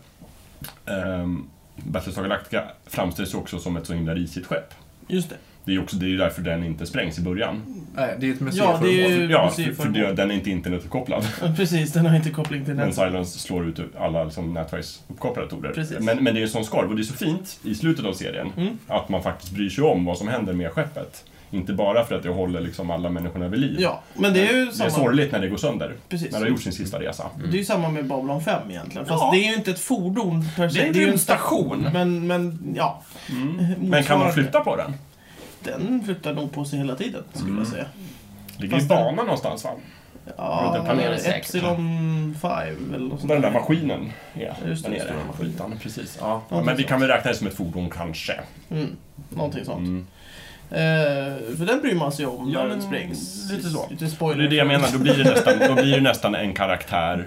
Um, Battlestar Galactica framställs ju också som ett så himla risigt skepp. Just det. Det är ju också det är ju därför den inte sprängs i början. Nej, det är ett museum Ja, för det är att ju- Ja, precis, för, för för- det, den är inte internetuppkopplad. Precis, den har inte koppling till Men den. Silence slår ut alla liksom, Netwise-uppkopplade datorer. Precis. Men, men det är ju en sån skorv, och det är så fint i slutet av serien Mm. att man faktiskt bryr sig om vad som händer med skeppet. Inte bara för att det håller liksom alla människorna vid liv. Ja, men det är ju Det är samma. sorgligt när det går sönder. Precis. När det har gjort sin sista resa. Det är ju samma med Babylon fem egentligen. Fast Ja. det är ju inte ett fordon per se. Det är en ju rymdstation. Men, men ja. Mm. Men kan man Motsvarande. flytta på den? Den flyttar nog på sig hela tiden, skulle Mm. jag säga. Ligger i Fast den- banan någonstans va? Ja, Den planerar säkert. Epsilon fem eller något sånt Där den där maskinen är. Just det, där den nere. stora maskinen. Skitan, precis. Ja. Någonting Men vi sånt. kan väl räkna det som ett fordon kanske. Mm, någonting sånt. Mm. Eh, för den bryr man sig om Ja, när men den sprängs. lite så. Lite Och spoiler. det är det jag menar, då blir det nästan, då blir det nästan en karaktär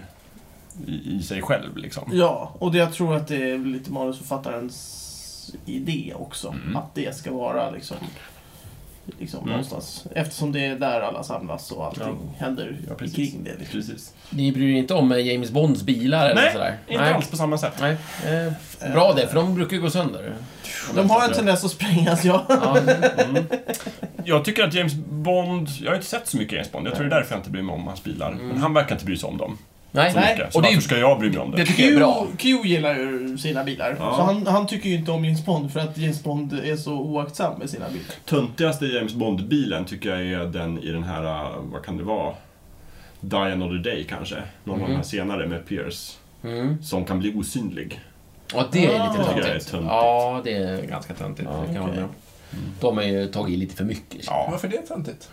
i, i sig själv liksom. Ja, och det, jag tror att det är lite manusförfattarens idé också. Mm. Att det ska vara liksom, liksom Mm. någonstans. Eftersom det är där alla samlas och allting händer Ja, precis. kring det. Liksom. Precis. Ni bryr er inte om eh, James Bonds bilar eller Nej, sådär? inte alls på samma sätt. Nej. Eh, bra det, för de brukar ju gå sönder. De har en tendens att sprängas, ja. Ja. Mm. Jag tycker att James Bond, jag har inte sett så mycket James Bond, jag tror det är därför jag inte bryr mig om hans bilar. Mm. Men han verkar inte bry sig om dem Nej. så Nej. mycket. Så Och det är ju- varför ska jag bry mig om det? det tycker jag är bra. Q, Q gillar ju sina bilar. Ja. Så han, han tycker ju inte om James Bond för att James Bond är så oaktsam med sina bilar. Töntigaste James Bond-bilen tycker jag är den i den här, uh, vad kan det vara? Die Another Day kanske. Någon av de här senare med Pierce. Mm. Som kan bli osynlig. Ja, det är Ah. lite Det tycker jag är töntigt. töntigt. Ja, det är ganska töntigt. Ja, det kan jag okej. hålla med om. De har ju tagit i lite för mycket. Ja. Varför det är töntigt?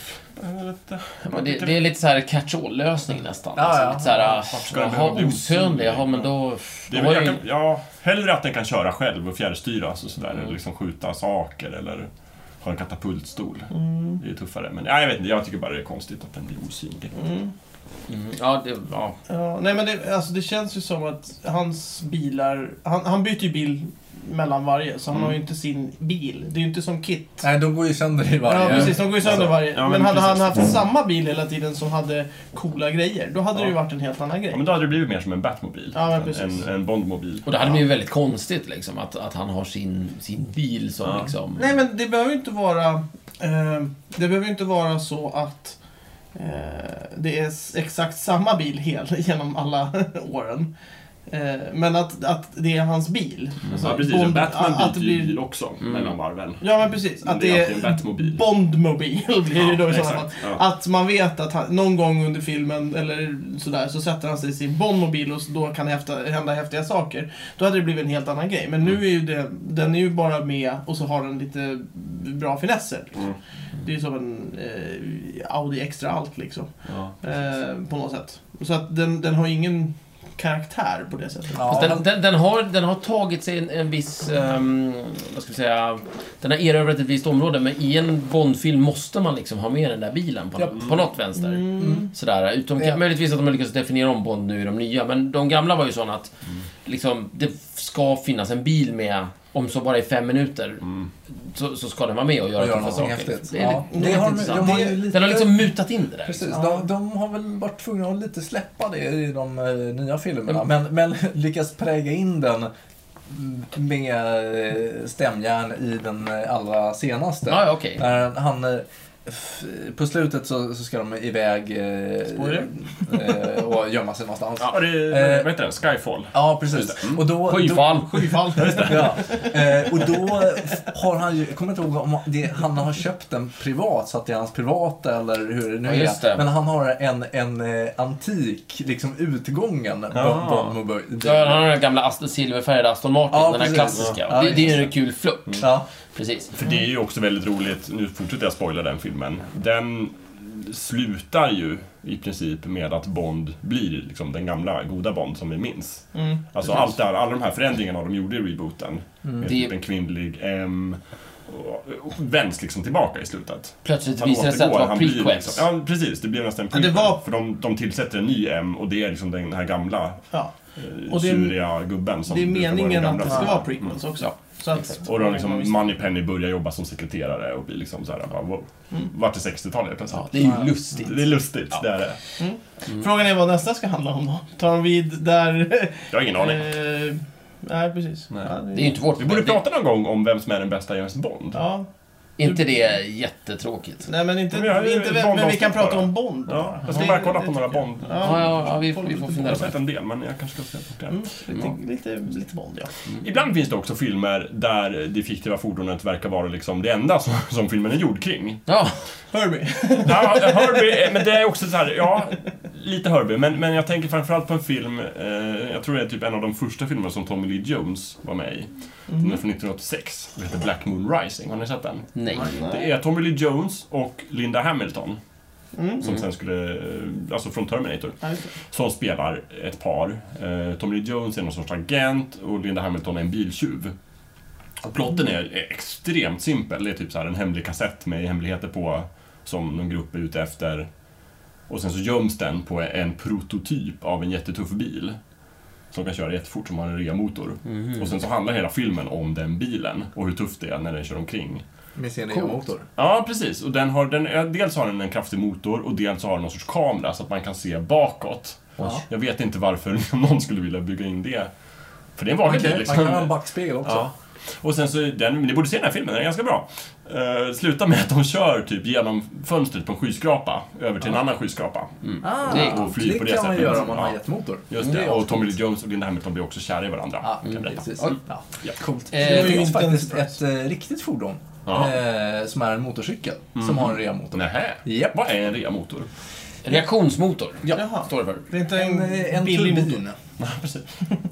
Men det, det är lite så här catch-all-lösning nästan. Ja, alltså, ja. lite så här, Varför ska den jaha, behöva bli osynlig, osynlig? jaha, men då... Det de är har väl, ju, jag kan, ja, hellre att den kan köra själv och fjärrstyras och sådär. Mm. Eller liksom skjuta saker eller ha en katapultstol. Mm. Det är tuffare. Men ja, jag vet inte, jag tycker bara det är konstigt att den blir osynlig. Mm. mm, ja, det, ja. Ja, nej men det, alltså det känns ju som att hans bilar... Han, han byter ju bil mellan varje, så han Mm. har ju inte sin bil. Det är ju inte som Kit. Nej, de går ju sönder i varje. Ja, precis. De går ju sönder varje. Ja, men men hade precis. han haft samma bil hela tiden som hade coola grejer, då hade Ja. det ju varit en helt annan Ja, grej. men då hade det blivit mer som en Batmobil. Ja, men än precis. en, en Bondmobil. Och det hade blivit väldigt konstigt liksom, att, att han har sin, sin bil som Ja. liksom... Nej, men det behöver ju inte vara... Eh, det behöver ju inte vara så att eh, det är s- exakt samma bil hel, genom alla åren. Eh, men att, att det är hans bil. Alltså, Ja, precis. Bond- En Batman att det byter ju blir- bil också Mm. mellan varven. Ja, men precis. Men Att det är det alltid en Batmobil. Bondmobil blir det då i sådana fall. exakt. Ja. Att man vet att han, någon gång under filmen eller sådär så sätter han sig i sin Bondmobil och då kan det häfta, hända häftiga saker. Då hade det blivit en helt annan grej. Men nu är ju det, den är ju bara med och så har den lite bra finesser. Liksom. Mm. Det är ju som en eh, Audi extra allt liksom. Ja. Eh, på något sätt. Så att den, den har ingen karaktär på det sättet. Ja, Fast den, den, den, har, den har tagit sig en, en viss, um, vad ska vi säga, den har erövrat ett visst område, men i en Bondfilm måste man liksom ha med den där bilen på, Japp. på något vänster. Mm. Sådär, utom Ja. möjligtvis att de har lyckats definiera om Bond nu i de nya, men de gamla var ju sådana att liksom, det ska finnas en bil med, om så bara i fem minuter, Mm. så, så ska den vara med och göra och göra tuffa något saker. häftigt. Det är Ja, lite, det det har, är de, intressant. de har ju lite... Den har liksom mutat in det där. Precis, Ja. de, de har väl varit tvungna att lite släppa det i de eh, nya filmerna, men, men lyckas präga in den med eh, stämjärn i den eh, allra senaste. Ja, ja, okej. När han, eh, på slutet så, så ska de iväg eh, eh, och gömma sig någonstans. Ja, det är, eh, vad heter det? Skyfall. Ja, precis. Mm. Och då, Skyfall. Då, skyfall. Ja. Eh, och då har han ju, jag kommer inte ihåg om det, han har köpt den privat, så att det är hans privata eller hur det nu ja, är. Men han har en, en eh, antik, liksom utgången ja. Bond-mobil. Ja, han har den gamla Aston, silverfärgade Aston Martin, ja, den här precis. klassiska. Ja, det, det är ju det. en kul flört. Mm. Ja. Precis. För det är ju också väldigt roligt, nu fortsätter jag spoila den filmen. Den slutar ju i princip med att Bond blir liksom den gamla goda Bond som vi minns. Mm. Alltså allt där, alla de här förändringarna de gjorde i rebooten. Mm. Med Det- typ en kvinnlig M och, och vänds liksom tillbaka i slutet. Plötsligt Han visar det sig att det återgår, var han blir prequels. liksom, ja, precis. Det blir nästan en Ja, det prequel. var- För de, de tillsätter en ny M och det är liksom den här gamla Ja. eh, Och det är- suriga gubben som Det är brukar vara den meningen att gamla det ska filmen. vara prequels också. Ja. Så att, Och då liksom Moneypenny börjar jobba som sekreterare och blir liksom så här, bara, wow, Mm. vart är sextiotalet plötsligt? Ja, det är ju lustigt. Det är lustigt, det är det. Frågan är vad nästa ska handla om då. Tar de vid där... Jag har ingen aning. eh, nej, precis. Nej. Ja, Det är ju inte vårt Vi borde problem. prata någon gång om vem som är den bästa James Bond. Ja. Inte det jättetråkigt. Nej, men inte, Men vi har ju inte ett vem, men vi Bond-avsnitt kan prata bara. om Bond. Ja, jag Det- ska bara kolla det på några tycker jag. Bond. Ja, ja, ja vi, vi får Jag fundera har på sett det. en del, men jag kanske ska se på det. Mm, lite, lite, lite Bond, ja. Ibland finns det också filmer där det fiktiva fordonet verkar vara liksom det enda som, som filmen är gjord kring. Ja, Herbie. Ja, Herbie, men det är också så här, ja, lite Herbie, men, men jag tänker framförallt på en film, eh, jag tror det är typ en av de första filmerna som Tommy Lee Jones var med i. Den är från nittonhundraåttiosex, det heter Black Moon Rising, har ni sett den? nej. Det är Tommy Lee Jones och Linda Hamilton, Mm. som sen skulle, alltså från Terminator, Ja, just det. som spelar ett par. Eh, Tommy Lee Jones är någon sorts agent och Linda Hamilton är en biltjuv. Och plotten är, är extremt simpel. Det är typ så här en hemlig kassett med hemligheter på som någon grupp är ute efter. Och sen så göms den på en prototyp av en jättetuff bil som kan köra jättefort, som har en reamotor. Mhm. Och sen så handlar hela filmen om den bilen och hur tufft det är när den kör omkring. Med sin Coolt. egen motor. Ja, precis. Och den har, den, ja, dels har den en kraftig motor och dels har den någon sorts kamera så att man kan se bakåt. Ja. Jag vet inte varför någon skulle vilja bygga in det. För det är en vanlig bil Man liksom. kan ha en backspegel också. Ja. Och sen så, den, ni borde se den här filmen, den är ganska bra. Uh, slutar med att de kör typ genom fönstret på en skyskrapa över till en annan skyskrapa. Ah, Det är det, och flyg på det kan man sättet. göra om man har Ja. jetmotor. Just Mm, det, är och ascoolt. Tommy Lee Jones och Linda Hamilton blir också kära i varandra. Ja, kan jag berätta. precis. Oj. Ja. Ja. Coolt. Eh, Det det var ju finns inte en faktiskt surprise. ett eh, riktigt fordon. Ja. Eh, som är en motorcykel. Som har en reamotor. Nähä. Japp. Vad är en reamotor? Reaktionsmotor, Jaha. står det för. Det är inte En, en, eh, en billig turbin. motor. Ja, precis.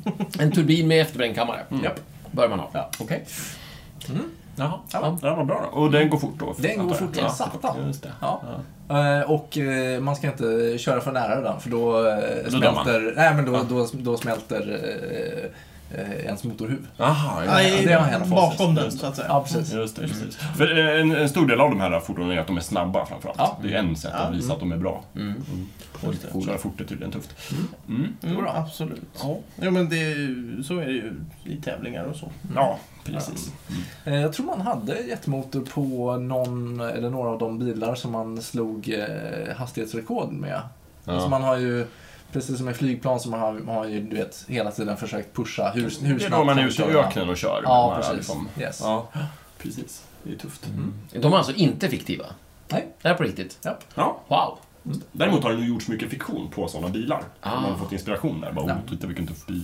En turbin med efterbrännkammare. Japp. Bör man ha. Ja. Okej. Mm. Jaha. Ja. Ja, vad bra då. Och den går fort då? Den går antar jag. fort som Ja. satan. Just det. Ja. Eh, och eh, man ska inte köra för nära den, för då, eh, Då dör man. smälter, nej, men då, Ja. då, då smälter eh, eh, ens motorhuv. Aha, ja. Nej, det har hänt bakom den, Just det. så att säga. Ja, precis. Just det, precis. För en, en stor del av de här fordonen är att de är snabba framförallt. Ja. Det är en sätt att Ja. visa att de är bra. Mm. Och lite coola. köra fort är tydligen tufft. Mm. Mm, absolut. Ja. Ja, men det, är ju- så är det ju i tävlingar och så. Ja, precis. Eh, Jag tror man hade jetmotor på någon eller några av de bilar som man slog eh, hastighetsrekord med. Ja. Alltså man har ju, precis som i flygplan, så man har, man har ju du vet, hela tiden försökt pusha hur, hur snabbt Det är då man är kan ute i köra. öknen och kör. Ja, De här precis. liksom- Yes. Ja, precis. Det är tufft. Mm. De är alltså inte fiktiva? Nej. Det är på riktigt? Japp. Ja. Wow. Däremot har det nu gjorts mycket fiktion på sådana bilar. Ah. Man har fått inspiration där. Bara, Ja. oh, titta vilken tuff bil.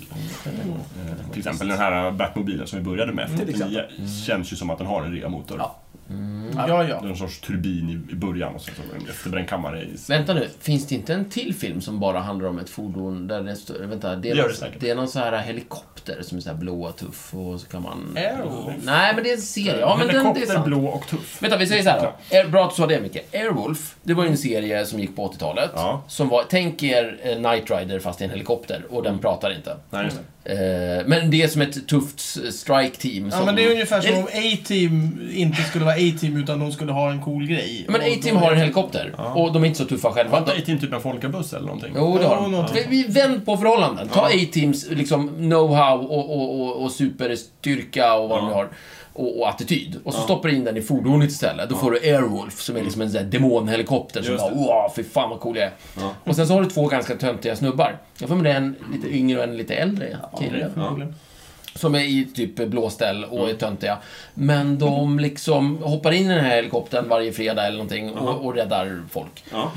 Eh, till exempel den här Batmobilen som vi började med. Till exempel. Det känns ju som att den har en reamotor. Ja. Ja, ja. Det är en sorts turbin i- i början och sen så är det en efterbrännkammare i... Vänta nu, finns det inte en till film som bara handlar om ett fordon där det är större? Vänta, det är, Det gör någon, det säkert. det är någon så här helikopter som är så här blå och tuff och så kan man... Airwolf. Nej, men det är en serie. Ja, men den, det är Helikopter, sant. blå och tuff. Vänta, vi säger så här då. Air, bra att du sa det, Micke. Airwolf, det var ju en serie som gick på åttiotalet. Ja. Som var, tänk er eh, Knight Rider fast i en helikopter och den pratar inte. Nej, just det. Eh, men det är som ett tufft strike-team. Ja, som... men det är ungefär som Det- om A-Team inte skulle vara A-Team utan de skulle ha en cool grej. Men Och A-Team då- har en helikopter Ja. och de är inte så tuffa själva. Var inte A-Team typ en folkabuss eller någonting? Jo, det har Ja, de. någonting. Vi, vi vänd på förhållanden. Ta Ja. A-Teams liksom, know-how och, och, och, och superstyrka och vad Ja. de nu har. Och, och attityd. Och så Ja. stoppar du in den i fordonet istället. Då får du Airwolf som är liksom en sån här demonhelikopter som Just bara det. wow, fy fan vad cool jag är. Ja. Och sen så har du två ganska töntiga snubbar. Jag får med det en lite yngre och en lite äldre kille. Ja, förmodligen. som är i typ blåställ och är töntiga. Men de liksom hoppar in i den här helikoptern varje fredag eller någonting och, och räddar folk. Ja.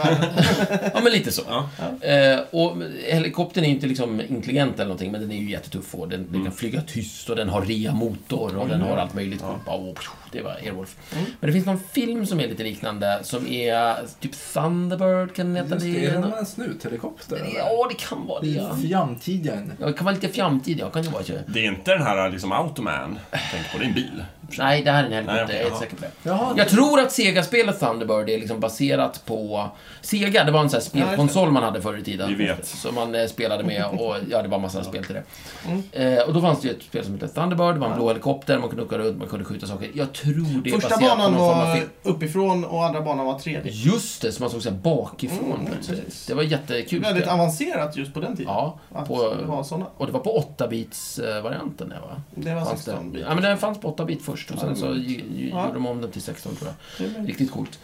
Ja, men lite så. Ja. Eh, och helikoptern är ju inte liksom intelligent eller någonting, men den är ju jättetuff och den, den kan Mm. flyga tyst och den har reamotor och den har allt möjligt. Ja. Och, det var Airwolf. Mm. Men det finns någon film som är lite liknande som är typ Thunderbird, kan den heta Just det? det, är det en snuthelikopter? eller? Ja, det kan vara det. Ja. Framtiden. Ja, det kan vara lite framtid, ja. Kan det vara så. Det är inte den här liksom Automan. Tänk på, det är en bil. Nej, det här är en helikopter, Nej, okej, jag är jaha. säker på det. Jaha, Jag tror att Sega-spelet Thunderbird är liksom baserat på... Sega, det var en sån här spelkonsol man hade förr i tiden. Vi vet. Som man eh, spelade med och ja, det var massa spel till det. Mm. Eh, och då fanns det ju ett spel som hette Thunderbird, det var en blå helikopter, man kunde åka runt, man kunde skjuta saker. Jag tror det är Första baserat på banan någon form av var film. uppifrån och andra banan var tredje. Just det, som man såg så här bakifrån. Mm, plötsligt. precis. Det var jättekul. Väldigt spel. avancerat just på den tiden. Ja, Att på, det var såna. och det var på åtta-bits-varianten. Ja, va? Det var Fanns sexton det? bit. Ja, men den fanns på åtta-bit först och Ja, sen det så var- ju- ju- Ja. gjorde de om den till sexton, tror jag. Det var- Riktigt coolt.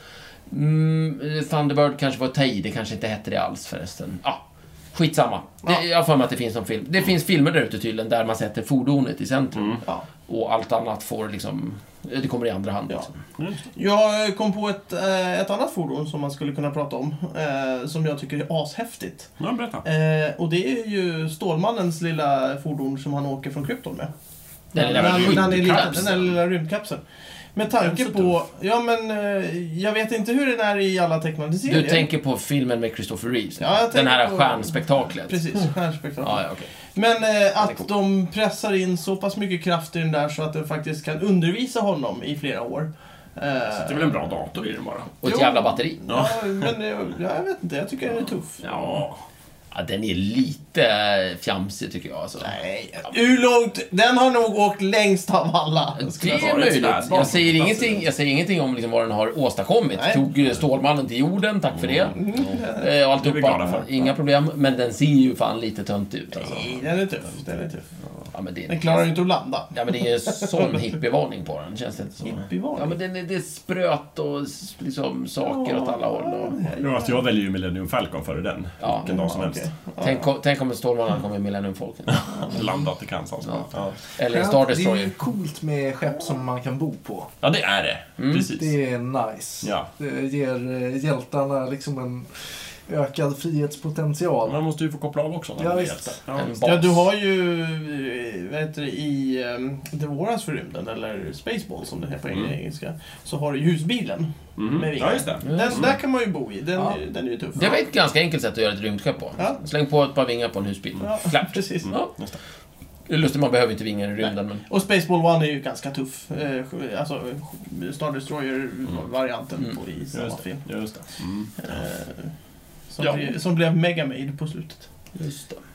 Mm, Thunderbird kanske var att ta i, det kanske inte hette det alls förresten. Ja, skitsamma. Ja. Det, jag har för mig att det finns någon film. Det finns filmer där ute tydligen där man sätter fordonet i centrum. Mm. Ja. Och allt annat får liksom... Det kommer i andra hand. Ja. Liksom. Jag kom på ett, eh, ett annat fordon som man skulle kunna prata om. Eh, som jag tycker är ashäftigt. Ja, berätta. Eh, och det är ju Stålmannens lilla fordon som han åker från Krypton med. Den lilla När han- när han är liten, rymdkapseln. Den där lilla rymdkapseln. Med tanke Den är så på... Ja, men eh, jag vet inte hur den är i alla tecknade serier. Du tänker på filmen med Christopher Reeves? Ja, jag den tänker här på- stjärnspektaklet? Precis, stjärnspektakel. Ja, ja, okej. Men eh, är att cool. de pressar in så pass mycket kraft i den där så att den faktiskt kan undervisa honom i flera år. Eh, Det är väl en bra dator i den bara. Och ett Jo. jävla batteri. Ja, men eh, jag vet inte. Jag tycker den är tuff. Ja. Ja, den är lite fjamsig tycker jag. Alltså. Nej, hur långt? Den har nog åkt längst av alla. Det är vara ett möjligt. spädbarn Jag säger, på plats, ingenting, eller? jag säger ingenting om liksom vad den har åstadkommit. Nej. Tog eh, Stålmannen till jorden, tack för det. Mm. Eh, och Det är vi alltihopa. glada för. Inga problem. Men den ser ju fan lite tönt ut. Alltså. Nej, den är tuff. Den är tuff. Ja, men det, Den klarar ju inte att landa. ja, men det är en sån hippievarning på den, känns det inte så? Hippievarning? Ja, men den är, det är spröt och s- liksom saker åt alla håll. Och, Ja, att jag väljer ju Millennium Falcon före den. Ja. Vilken dag som helst. Okej. tänk, om- tänk om en Stålmannen kommer med Millennium Falcon. Landat i Kansas. Ja. Ja. Eller en Star Det är Destroyer. ju coolt med skepp som man kan bo på. Ja, det är det. Mm. Precis. Det är nice. Ja. Det ger eh, hjältarna liksom en ökad frihetspotential. Man måste ju få koppla av också. när Ja, man är visst. hjälte. Ja. En bas. Ja, du har ju, eh, vad heter det, i um, The Warras för rymden, eller Spaceball som det heter på Mm. engelska, så har du husbilen Mhm. med vingar. Ja, just det. Den, där kan man ju bo i, den, Ja. är- den är ju tuff. Det var ett ganska enkelt sätt att göra ett rymdskepp på. Ja. Släng på ett par vingar på en husbil. Ja, Klart. precis. Ja. Just det. Det är lustigt, man behöver inte vingar i rymden, men... Och Spaceball One är ju ganska tuff. Eh, alltså Star Destroyer-varianten Mm. på i samma Just film. det. Just det. Mm. Eh, som, Ja. blev, som blev Megamade på slutet. Just det.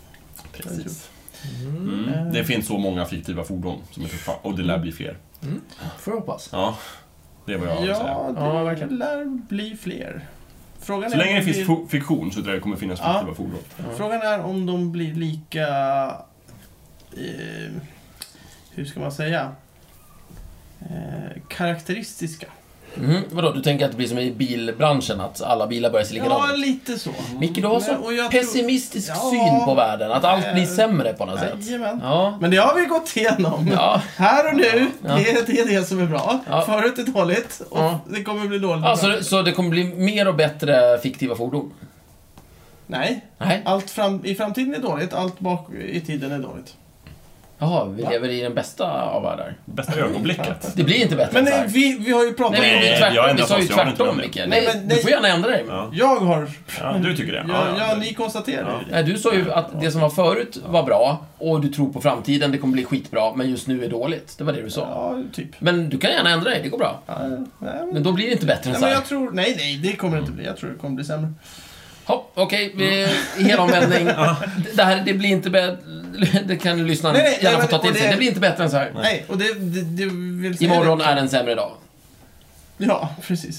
Precis. Mm. Mm. Det finns så många fiktiva fordon som är tuffa. Och det lär bli fler. Mm. Får jag hoppas. Ja. Det är vad jag har att säga. Ja, det Ja, verkligen. lär bli fler. Frågan Så är länge om det de finns blir- fo- fiktion så tror jag det kommer finnas Ja. fiktiva fordon. Frågan är om de blir lika... Eh, hur ska man säga? Eh, karaktäristiska. Mhm. Vadå, du tänker att det blir som i bilbranschen, att alla bilar börjar se Ja, likadana ut? lite så. Micke, du har så Men- och jag tror- pessimistisk Ja. syn på världen, att allt blir Eh, sämre på något sätt. Jajamän. Ja. Men det har vi gått igenom. Ja. Här och nu, Ja. det, är, det är det som är bra. Ja. Förut är dåligt och Ja. det kommer bli dåligt. Alltså, bra. så det kommer bli mer och bättre fiktiva fordon? Nej, Nej. allt fram, i framtiden är dåligt, allt bak i tiden är dåligt. Jaha, vi lever i den bästa av världar. Bästa ögonblicket. Det blir inte bättre Men än så nej, här. vi, vi har ju pratat Nej, om vi, jag tvärtom, har vi ändrat sa ju oss, jag har inte tvärtom, med Micke. det. Nej, Nej, men du nej. får gärna ändra dig. Ja. Jag har... Ja, du tycker det? Ja, ja, ja. ni konstaterar Ja. ju det. Nej, du sa ju att det som var förut var bra och du tror på framtiden, det kommer bli skitbra, men just nu är dåligt. Det var det du sa. Ja, typ. Men du kan gärna ändra dig, det går bra. Ja, nej, men, Men då blir det inte bättre än nej, så men här. jag tror... Nej, nej, det kommer det inte bli. Jag tror det kommer bli sämre. Hopp, okej, vi helomvändning. Det här, det blir inte bättre. Det kan lyssnarna Nej, nej, gärna nej, få ta men- till och sig. det- Det blir inte bättre än så här. Nej, och det, det, det vill säga Imorgon det. är en sämre dag. Ja, precis.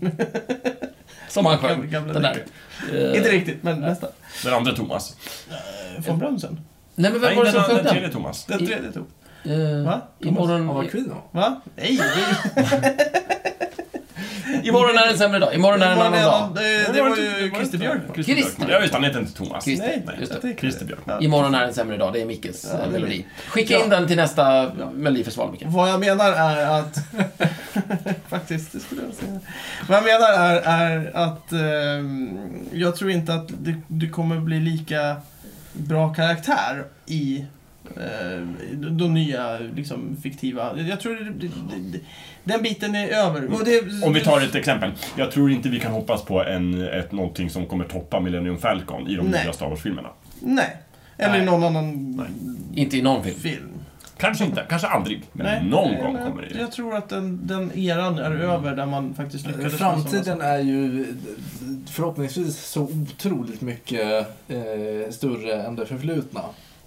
Som han Gamla- sjöng. gamla Den där. Eh, Inte riktigt, men nästan. Den andra Thomas. Från Brömsen. Nej, men vem Nej, var det som den, sjöng den den? tredje Thomas. Den I- tredje tog. Eh, Va? Imorgon... Han var Queen då. Va? Nej, det... Imorgon är en sämre dag. Imorgon är en Imorgon annan är dag. en- Det, det var ju Christer Björk. Christer Christer. Björk. Ja, just han heter inte Thomas. Christer. Nej, Nej, just det. jag tänkte Christer det. Björk. Ja. Imorgon är en sämre dag. Det är Mickes Ja, eh, det är melodi. Skicka Ja. in den till nästa Melodifestival, Micke. Vad jag menar är att... Faktiskt, det skulle jag säga. Vad jag menar är, är att ehm, jag tror inte att det, det kommer bli lika bra karaktär i eh, de nya liksom, fiktiva... Jag tror det, det, det, den biten är över. Och det, Om vi tar ett exempel. Jag tror inte vi kan hoppas på en, ett, någonting som kommer toppa Millennium Falcon i de Nej. nya Star Wars-filmerna. Nej. Eller Nej. någon annan Inte i någon film. film. Kanske inte, kanske aldrig. Men Nej, någon nej, gång men kommer det. Jag tror att den, den eran är över där man faktiskt lyckades med Framtiden sådana är ju förhoppningsvis så otroligt mycket eh, större än det förflutna.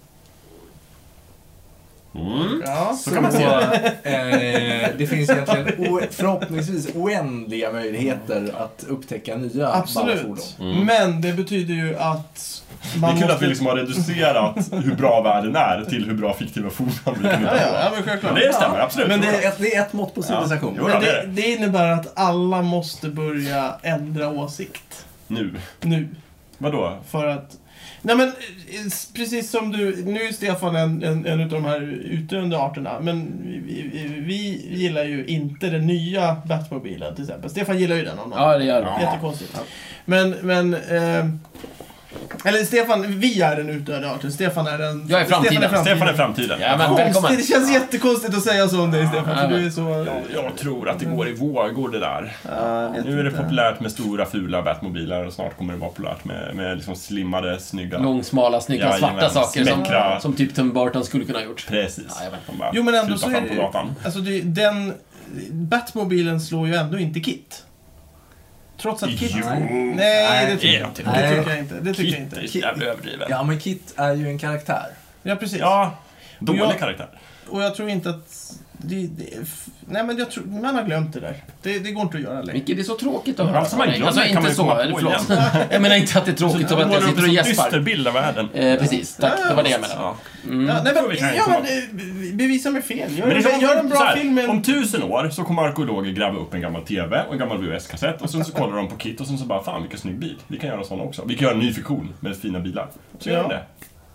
Mm. Ja, Så kan man se det. eh, det finns egentligen o- förhoppningsvis oändliga möjligheter att upptäcka nya absolut. fordon. Mm. Men det betyder ju att Det man är kul måste... att vi liksom har reducerat hur bra världen är till hur bra fiktiva fordon vi kan Ja, hitta ja, ja, på. men självklart. Men det stämmer, absolut. Men Det det, är ett, det är ett mått på civilisation. Jo, men det är det, det. det innebär att alla måste börja ändra åsikt Nu. nu. Vadå? För att... Nej men, eh, precis som du... Nu är Stefan en, en, en av de här utdöende arterna. Men vi, vi, vi gillar ju inte den nya Batmobilen till exempel. Stefan gillar ju den av någon. Ja, det gör det. Ja. Jättekonstigt. Men, men... Eh, eller Stefan, vi är den utdöende arten. Stefan är den... Jag är framtiden. Stefan är framtiden. Ja, men Konstigt, välkommen. det känns jättekonstigt att säga så om dig, Stefan. Ja, För du är så... Jag, jag tror att det går i vågor det där. Ja, jag vet Nu är det inte. populärt med stora fula Batmobiler och snart kommer det vara populärt med, med liksom slimmade, snygga... Långsmala, snygga, Jajamän. svarta saker som, Smäckra. som typ Tim Burton skulle kunna ha gjort. Precis. Jajamän. De bara Jo, men ändå tutar så är fram det på ju... gatan. Alltså, det, den... Batmobilen slår ju ändå inte Kit. Trots att Kit... Jo. Nej, det tycker, Nej, jag inte. nej. det tycker jag inte. Det tycker jag inte. Kit är Kit... jävla överdriven. Ja, men Kit är ju en karaktär. Ja, precis. Ja, dålig Och jag- karaktär. Och jag tror inte att... Det, det, nej, men jag tror... Man har glömt det där. Det, det går inte att göra längre. Micke, det är så tråkigt att höra. Allt som man glömmer Alltså kan man inte ju så, komma eller på förlåt. igen. Jag menar inte att det är tråkigt som att jag sitter och dyster gäspar. bild av världen. Eh, precis, tack. Det var det jag menade. Ja. Mm. Ja, nej, tror vi men, kan ja, komma- men eh, bevisa mig fel. Gör, Men det är som, gör en bra så här, film med... Om tusen år så kommer arkeologer gräva upp en gammal T V och en gammal V H S-kassett och sen så kollar de på Kit och sen så bara, fan vilken snygg bil. Vi kan göra sån också. Vi kan göra en ny fiktion med fina bilar. Så gör Ja. de det.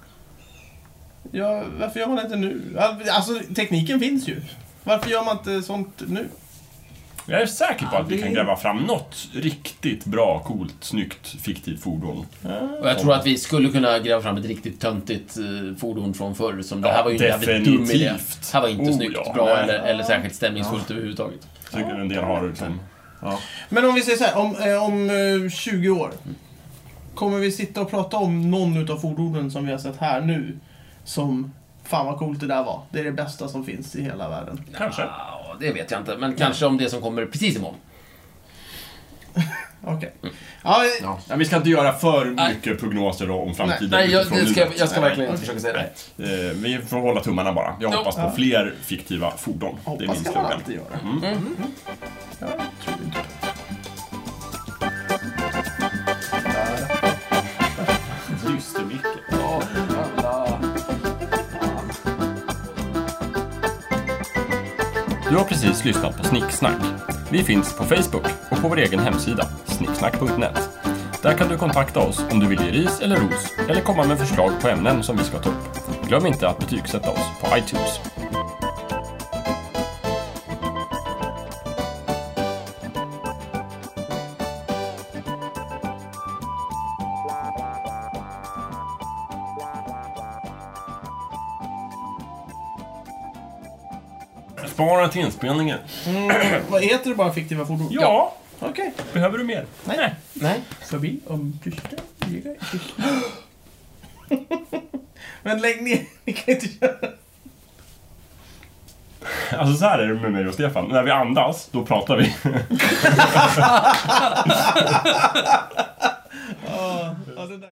Ja, varför gör man inte nu? Alltså, tekniken finns ju. Varför gör man inte sånt nu? Jag är säker på Ja, att vi det- kan gräva fram något riktigt bra, coolt, snyggt, fiktivt fordon. Och jag tror att vi skulle kunna gräva fram ett riktigt töntigt eh, fordon från förr. Som det här Ja, var ju en jävligt dum idé. definitivt. Det här var inte Oh, snyggt, ja, bra nej. eller, eller särskilt stämningsfullt överhuvudtaget. Jag tycker en del har liksom... Ja. Men om vi säger så här, om, eh, om eh, tjugo år. Kommer vi sitta och prata om någon utav fordonen som vi har sett här nu som, fan vad coolt det där var. Det är det bästa som finns i hela världen. Kanske. Ja, det vet jag inte. Men kanske om det som kommer precis imorgon. Okej. Ja, eh, Ja. Ja, vi ska inte göra för Nej. mycket prognoser då om framtiden. Nej, jag, utifrån det ska, nuet. jag ska Nej, verkligen nej. inte försöka säga det. Eh, Vi får hålla tummarna bara. Jag Ja. hoppas på Ja. fler fiktiva fordon. Det är min hoppas ska man slogan. alltid göra. Mm. Ja, jag tror inte. Dyster-Micke. Du har precis lyssnat på Snicksnack. Vi finns på Facebook och på vår egen hemsida, snicksnack punkt net. Där kan du kontakta oss om du vill ge ris eller ros eller komma med förslag på ämnen som vi ska ta upp. Glöm inte att betygsätta oss på iTunes. Spara till inspelningen. Mm, vad heter det bara fiktiva fordon? Ja, Okej. behöver du mer? Nej. Nej. Förbi om tysta. Liga, tysta. Men lägg ner. Ni kan inte köra. Alltså så här är det med mig och Stefan. När vi andas, då pratar vi. Ja, ja, det där.